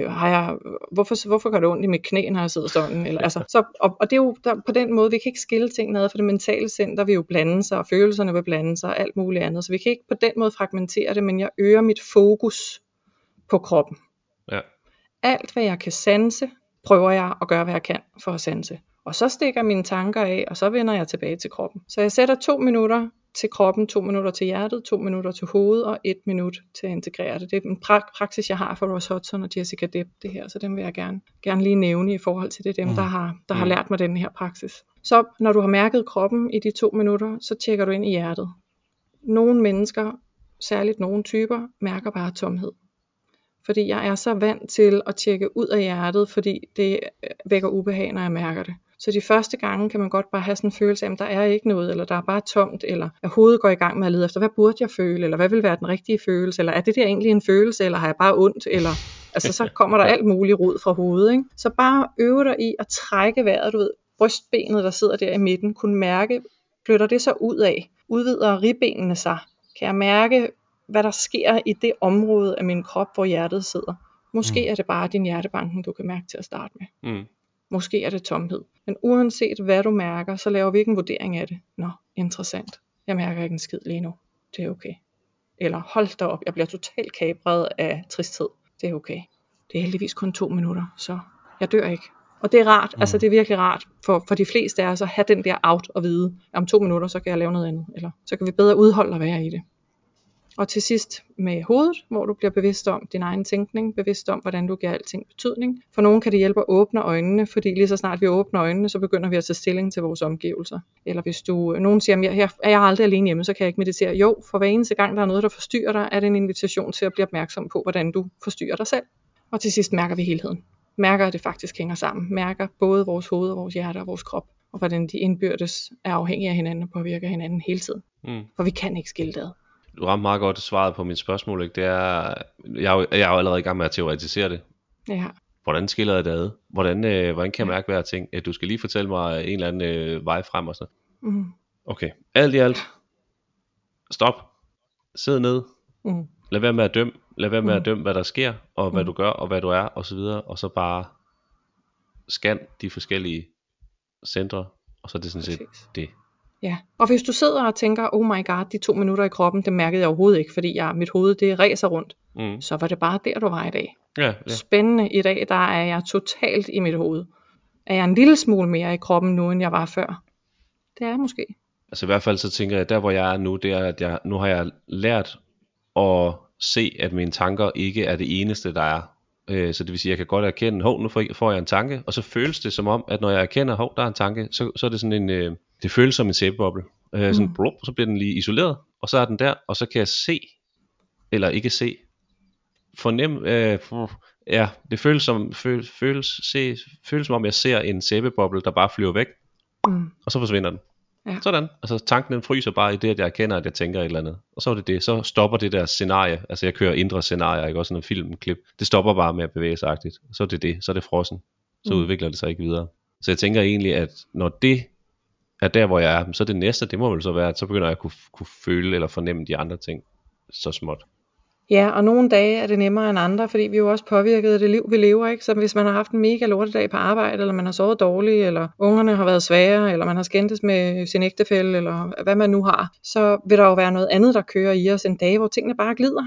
Hvorfor gør det ondt i mit knæ, når jeg sidder sådan? Eller, altså, og det er jo på den måde, vi kan ikke skille tingene ad, for det mentale center vil jo blande sig, og følelserne vil blande sig, og alt muligt andet. Så vi kan ikke på den måde fragmentere det, men jeg øger mit fokus på kroppen. Ja. Alt, hvad jeg kan sanse, prøver jeg at gøre, hvad jeg kan for at sanse. Og så stikker mine tanker af, og så vender jeg tilbage til kroppen. Så jeg sætter 2 minutter til kroppen, 2 minutter til hjertet, 2 minutter til hovedet og 1 minut til at integrere det. Det er en praksis, jeg har for Ross Hudson og Jessica Deb, det her, så den vil jeg gerne lige nævne i forhold til det, dem, der har lært mig den her praksis. Så når du har mærket kroppen i de 2 minutter, så tjekker du ind i hjertet. Nogle mennesker, særligt nogle typer, mærker bare tomhed. Fordi jeg er så vant til at tjekke ud af hjertet, fordi det vækker ubehag, når jeg mærker det. Så de første gange kan man godt bare have sådan en følelse af, at der er ikke noget, eller der er bare tomt, eller at hovedet går i gang med at lede efter, hvad burde jeg føle, eller hvad vil være den rigtige følelse, eller er det der egentlig en følelse, eller har jeg bare ondt, eller altså så kommer der alt muligt rod fra hovedet, ikke? Så bare øve dig i at trække vejret, du ved, brystbenet, der sidder der i midten, kunne mærke, flytter det så ud af, udvider ribbenene sig, kan jeg mærke, hvad der sker i det område af min krop, hvor hjertet sidder. Måske er det bare din hjertebanken, du kan mærke til at starte med. Måske er det tomhed. Men uanset hvad du mærker, så laver vi ikke en vurdering af det. Nå, interessant. Jeg mærker ikke en skid lige nu. Det er okay. Eller hold da op, jeg bliver totalt kapret af tristhed. Det er okay. Det er heldigvis kun 2 minutter, så jeg dør ikke. Og det er rart, altså det er virkelig rart for de fleste af os at have den der out og vide, at om 2 minutter, så kan jeg lave noget andet. Eller så kan vi bedre udholde at være i det. Og til sidst med hovedet, hvor du bliver bevidst om din egen tænkning, bevidst om, hvordan du giver alting betydning. For nogen kan det hjælpe at åbne øjnene, fordi lige så snart vi åbner øjnene, så begynder vi at tage stilling til vores omgivelser. Eller hvis nogen siger, er jeg aldrig alene hjemme, så kan jeg ikke meditere. Jo, for hver eneste gang, der er noget, der forstyrrer dig, er det en invitation til at blive opmærksom på, hvordan du forstyrrer dig selv. Og til sidst mærker vi helheden. mærker, at det faktisk hænger sammen. Mærker både vores hoved og vores hjerte og vores krop, og hvordan de indbyrdes er afhængige af hinanden og påvirker hinanden hele tiden. For vi kan ikke skille det ad. Du ramte meget godt svaret på mit spørgsmål, ikke? Det er, jeg er jo allerede i gang med at teoretisere det. Ja. Hvordan skiller jeg det ad? Hvordan kan jeg mærke hver ting? Du skal lige fortælle mig en eller anden vej frem og så. Okay, alt i alt. Stop. Sid ned. Lad være med at dømme. Lad være med at dømme, hvad der sker, og hvad du gør, og hvad du er, og så videre. Og så bare scan de forskellige centre, og så er det sådan set det. Ja, og hvis du sidder og tænker, oh my god, de 2 minutter i kroppen, det mærkede jeg overhovedet ikke, fordi mit hoved, det ræser rundt. Så var det bare der, du var i dag. Ja. Spændende, i dag, der er jeg totalt i mit hoved. Er jeg en lille smule mere i kroppen nu, end jeg var før? Det er jeg måske. Altså i hvert fald så tænker jeg, der hvor jeg er nu, det er, at nu har jeg lært at se, at mine tanker ikke er det eneste, der er. Så det vil sige, at jeg kan godt erkende, nu får jeg en tanke, og så føles det som om, at når jeg erkender, der er en tanke, så er det sådan en, det føles som en sæbeboble. Sådan blub, så bliver den lige isoleret, og så er den der, og så kan jeg se, eller ikke se, fornemme, det føles som om jeg ser en sæbeboble, der bare flyver væk, og så forsvinder den. Ja. Sådan, altså tanken den fryser bare i det, at jeg erkender, at jeg tænker et eller andet. Og så er det, så stopper det der scenarie, altså jeg kører indre scenarier, ikke også sådan en filmklip, det stopper bare med at bevæge sig agtigt. Så er det, så er det frossen, så udvikler det sig ikke videre. Så jeg tænker egentlig, at når det er der, hvor jeg er, så det næste, det må vel så være, at så begynder jeg at kunne føle eller fornemme de andre ting så småt. Ja, og nogle dage er det nemmere end andre, fordi vi er jo også påvirket af det liv, vi lever, ikke? Så hvis man har haft en mega lortedag på arbejde, eller man har sovet dårligt, eller ungerne har været svære, eller man har skændtes med sin ægtefælle, eller hvad man nu har, så vil der jo være noget andet, der kører i os en dag, hvor tingene bare glider.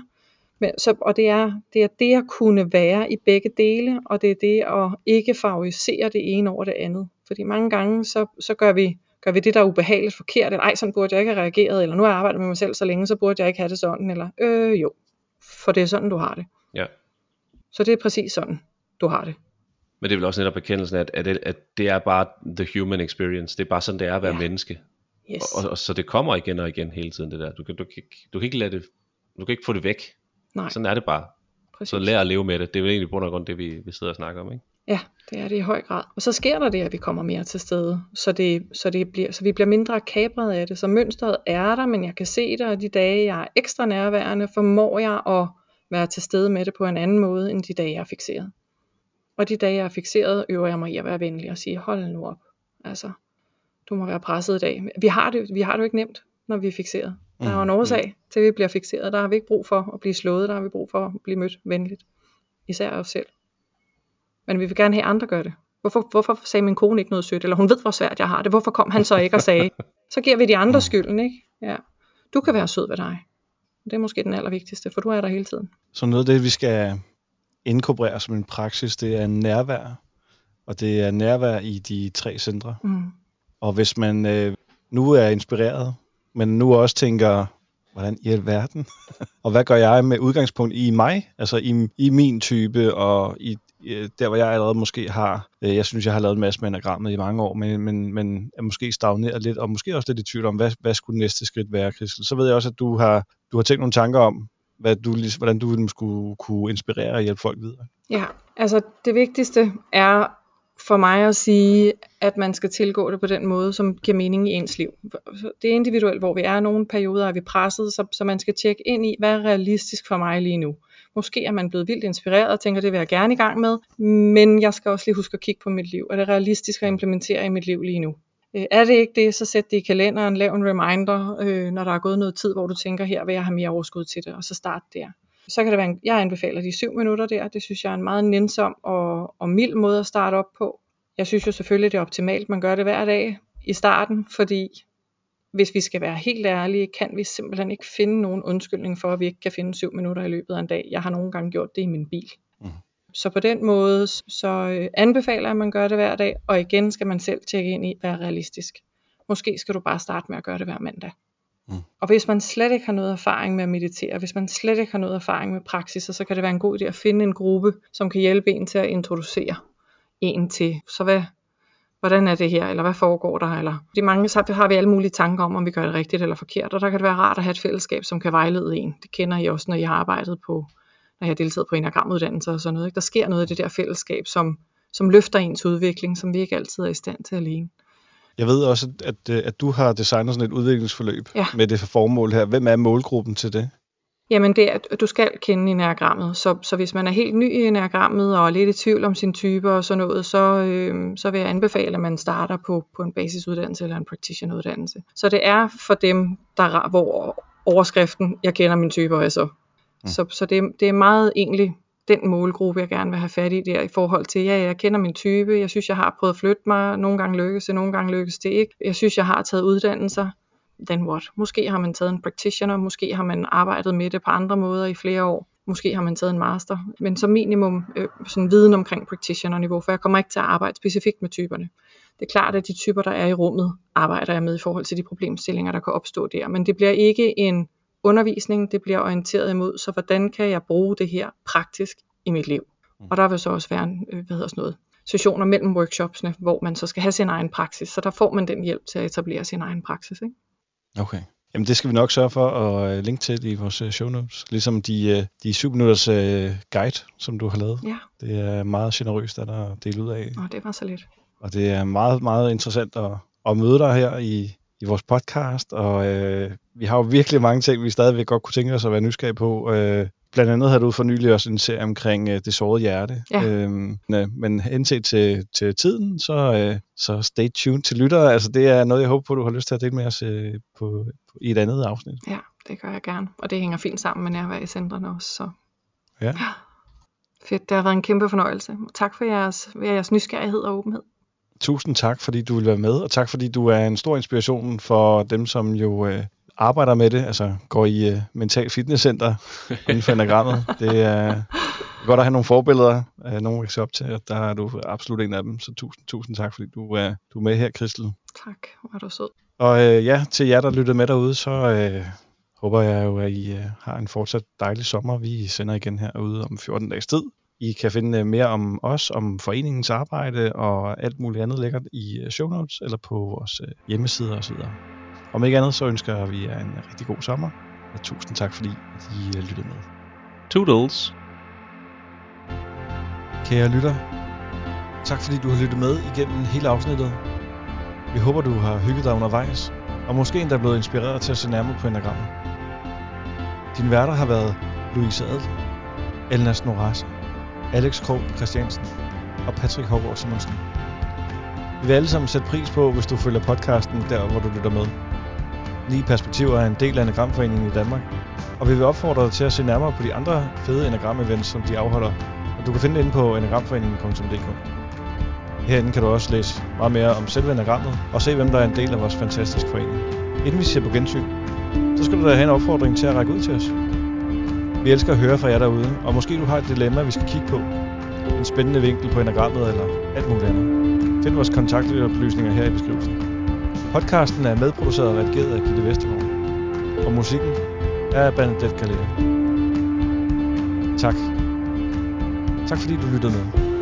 Og det er det at kunne være i begge dele, og det er det at ikke favorisere det ene over det andet. Fordi mange gange, så gør vi det, der er ubehageligt forkert, eller sådan burde jeg ikke have reageret, eller nu har jeg arbejdet med mig selv så længe, så burde jeg ikke have det sådan, eller jo. For det er sådan, du har det. Ja. Så det er præcis sådan, du har det. Men det er vel også netop erkendelsen af, at det er bare the human experience. Det er bare sådan, det er at være menneske. Yes. Og så det kommer igen og igen hele tiden, det der. Du kan ikke lade det, du kan ikke få det væk. Nej. Sådan er det bare. Præcis. Så lær at leve med det. Det er vel egentlig på grund af det, vi sidder og snakker om, ikke? Ja, det er det i høj grad. Og så sker der det, at vi kommer mere til stede. Så vi bliver mindre kapret af det. Så mønstret er der, men jeg kan se det, og de dage, jeg er ekstra nærværende, formår jeg at være til stede med det på en anden måde, end de dage, jeg er fikseret. Og de dage, jeg er fikseret, øver jeg mig i at være venlig og sige, hold nu op. Altså, du må være presset i dag. Vi har det jo ikke nemt, når vi er fikseret. Der er jo en årsag til, at vi bliver fikseret. Der har vi ikke brug for at blive slået, der har vi brug for at blive mødt venligt. Især os selv. Men vi vil gerne have andre gør det. Hvorfor sagde min kone ikke noget sødt? Eller hun ved, hvor svært jeg har det. Hvorfor kom han så ikke og sagde? Så giver vi de andre skylden, ikke? Ja. Du kan være sød ved dig. Det er måske den allervigtigste, for du er der hele tiden. Så noget af det, vi skal inkorporere som en praksis, det er nærvær. Og det er nærvær i de 3 centre. Og hvis man nu er inspireret, men nu også tænker, hvordan i alverden? Og hvad gør jeg med udgangspunkt i mig? Altså i min type, og i der hvor jeg allerede måske har, jeg synes jeg har lavet en masse med enagrammet i mange år, men er måske stagneret lidt, og måske også lidt i tvivl om, hvad skulle næste skridt være, Christel. Så ved jeg også, at du har tænkt nogle tanker om, hvordan du skulle kunne inspirere og hjælpe folk videre. Ja, altså det vigtigste er for mig at sige, at man skal tilgå det på den måde, som giver mening i ens liv. Det er individuelt, hvor vi er. Nogle perioder er vi presset, så man skal tjekke ind i, hvad er realistisk for mig lige nu. Måske er man blevet vildt inspireret og tænker, det vil jeg gerne i gang med, men jeg skal også lige huske at kigge på mit liv. Er det realistisk at implementere i mit liv lige nu? Er det ikke det, så sæt det i kalenderen, lav en reminder, når der er gået noget tid, hvor du tænker, her vil jeg have mere overskud til det, og så start der. Så kan det være, jeg anbefaler de 7 minutter der. Det synes jeg er en meget nænsom og mild måde at starte op på. Jeg synes jo selvfølgelig, det er optimalt, man gør det hver dag i starten, fordi hvis vi skal være helt ærlige, kan vi simpelthen ikke finde nogen undskyldning for, at vi ikke kan finde 7 minutter i løbet af en dag. Jeg har nogle gange gjort det i min bil. Så på den måde, så anbefaler jeg, at man gør det hver dag, og igen skal man selv tjekke ind i, hvad er realistisk. Måske skal du bare starte med at gøre det hver mandag. Og hvis man slet ikke har noget erfaring med at meditere, hvis man slet ikke har noget erfaring med praksis, så kan det være en god idé at finde en gruppe, som kan hjælpe en til at introducere en til, så hvordan er det her, eller hvad foregår der, eller de mange, så har vi alle mulige tanker om vi gør det rigtigt eller forkert, og der kan det være rart at have et fællesskab, som kan vejlede en. Det kender I også, når I har arbejdet på jeg har deltaget på enagrammuddannelser og sådan noget. Ikke? Der sker noget i det der fællesskab, som løfter ens udvikling, som vi ikke altid er i stand til alene. Jeg ved også, at du har designet sådan et udviklingsforløb med det formål her. Hvem er målgruppen til det? Jamen det er, at du skal kende enagrammet. Så hvis man er helt ny i enagrammet og er lidt i tvivl om sine typer og sådan noget, så vil jeg anbefale, at man starter på en basisuddannelse eller en practitioneruddannelse. Så det er for dem, hvor overskriften, jeg kender mine typer, er så. Så det er meget egentlig den målgruppe, jeg gerne vil have fat i der, i forhold til, jeg kender min type, jeg synes, jeg har prøvet at flytte mig, nogle gange lykkes det, nogle gange lykkes det ikke. Jeg synes, jeg har taget uddannelser, then what? Måske har man taget en practitioner, måske har man arbejdet med det på andre måder i flere år, måske har man taget en master, men som minimum sådan viden omkring practitioner-niveau, for jeg kommer ikke til at arbejde specifikt med typerne. Det er klart, at de typer, der er i rummet, arbejder jeg med i forhold til de problemstillinger, der kan opstå der, men det bliver ikke en undervisning, det bliver orienteret imod, så hvordan kan jeg bruge det her praktisk i mit liv? Og der vil så også være sessioner mellem workshopsene, hvor man så skal have sin egen praksis, så der får man den hjælp til at etablere sin egen praksis. Ikke? Okay. Jamen det skal vi nok sørge for at linke til i vores show notes, ligesom de 7 minutters guide, som du har lavet. Ja. Det er meget generøst at der dele ud af. Det var så lidt. Og det er meget, meget interessant at møde dig her i vores podcast, og vi har jo virkelig mange ting, vi stadigvæk godt kunne tænke os at være nysgerrige på. Blandt andet har du for nylig også en serie omkring det sårede hjerte. Ja. Men indtil til tiden, så stay tuned til lyttere. Altså det er noget, jeg håber på, du har lyst til at dele med os i et andet afsnit. Ja, det gør jeg gerne. Og det hænger fint sammen med nærvær i centrene også. Så. Ja. Fedt, det har været en kæmpe fornøjelse. Tak for jeres nysgerrighed og åbenhed. Tusind tak, fordi du vil være med, og tak, fordi du er en stor inspiration for dem, som jo arbejder med det, altså går i mental fitnesscenter inden for enagrammet. Det er godt at have nogle forbilleder, nogen kan se op til, og der er du absolut en af dem. Så tusind tak, fordi du er med her, Christel. Tak, hvor er du sød. Og til jer, der lyttede med derude, så håber jeg jo, at I har en fortsat dejlig sommer. Vi sender igen herude om 14 dages tid. I kan finde mere om os, om foreningens arbejde og alt muligt andet lækkert i show notes eller på vores hjemmesider osv. Om ikke andet, så ønsker vi jer en rigtig god sommer. Og tusind tak, fordi I lyttede med. Toodles. Kære lytter, tak fordi du har lyttet med igennem hele afsnittet. Vi håber, du har hygget dig undervejs, og måske endda blevet inspireret til at se nærmere på enagrammet. Dine værter har været Louise Adel, Elna Snorase, Alex Krog Christiansen og Patrick Hårgaard Simonsen. Vi vil alle sammen sætte pris på, hvis du følger podcasten der, hvor du lytter med. Ni Perspektiver er en del af Enagramforeningen i Danmark, og vi vil opfordre dig til at se nærmere på de andre fede enagram-events, som de afholder, og du kan finde det inde på enagramforeningen.dk. Herinde kan du også læse meget mere om selve enagrammet og se, hvem der er en del af vores fantastiske forening. Inden vi ser på gensyn, så skal du da have en opfordring til at række ud til os. Vi elsker at høre fra jer derude, og måske du har et dilemma, vi skal kigge på. En spændende vinkel på enagrammet eller alt muligt andet. Find vores kontaktoplysninger her i beskrivelsen. Podcasten er medproduceret og redigeret af Gitte Vestergaard. Og musikken er af Bernadette Galera. Tak. Tak fordi du lyttede med.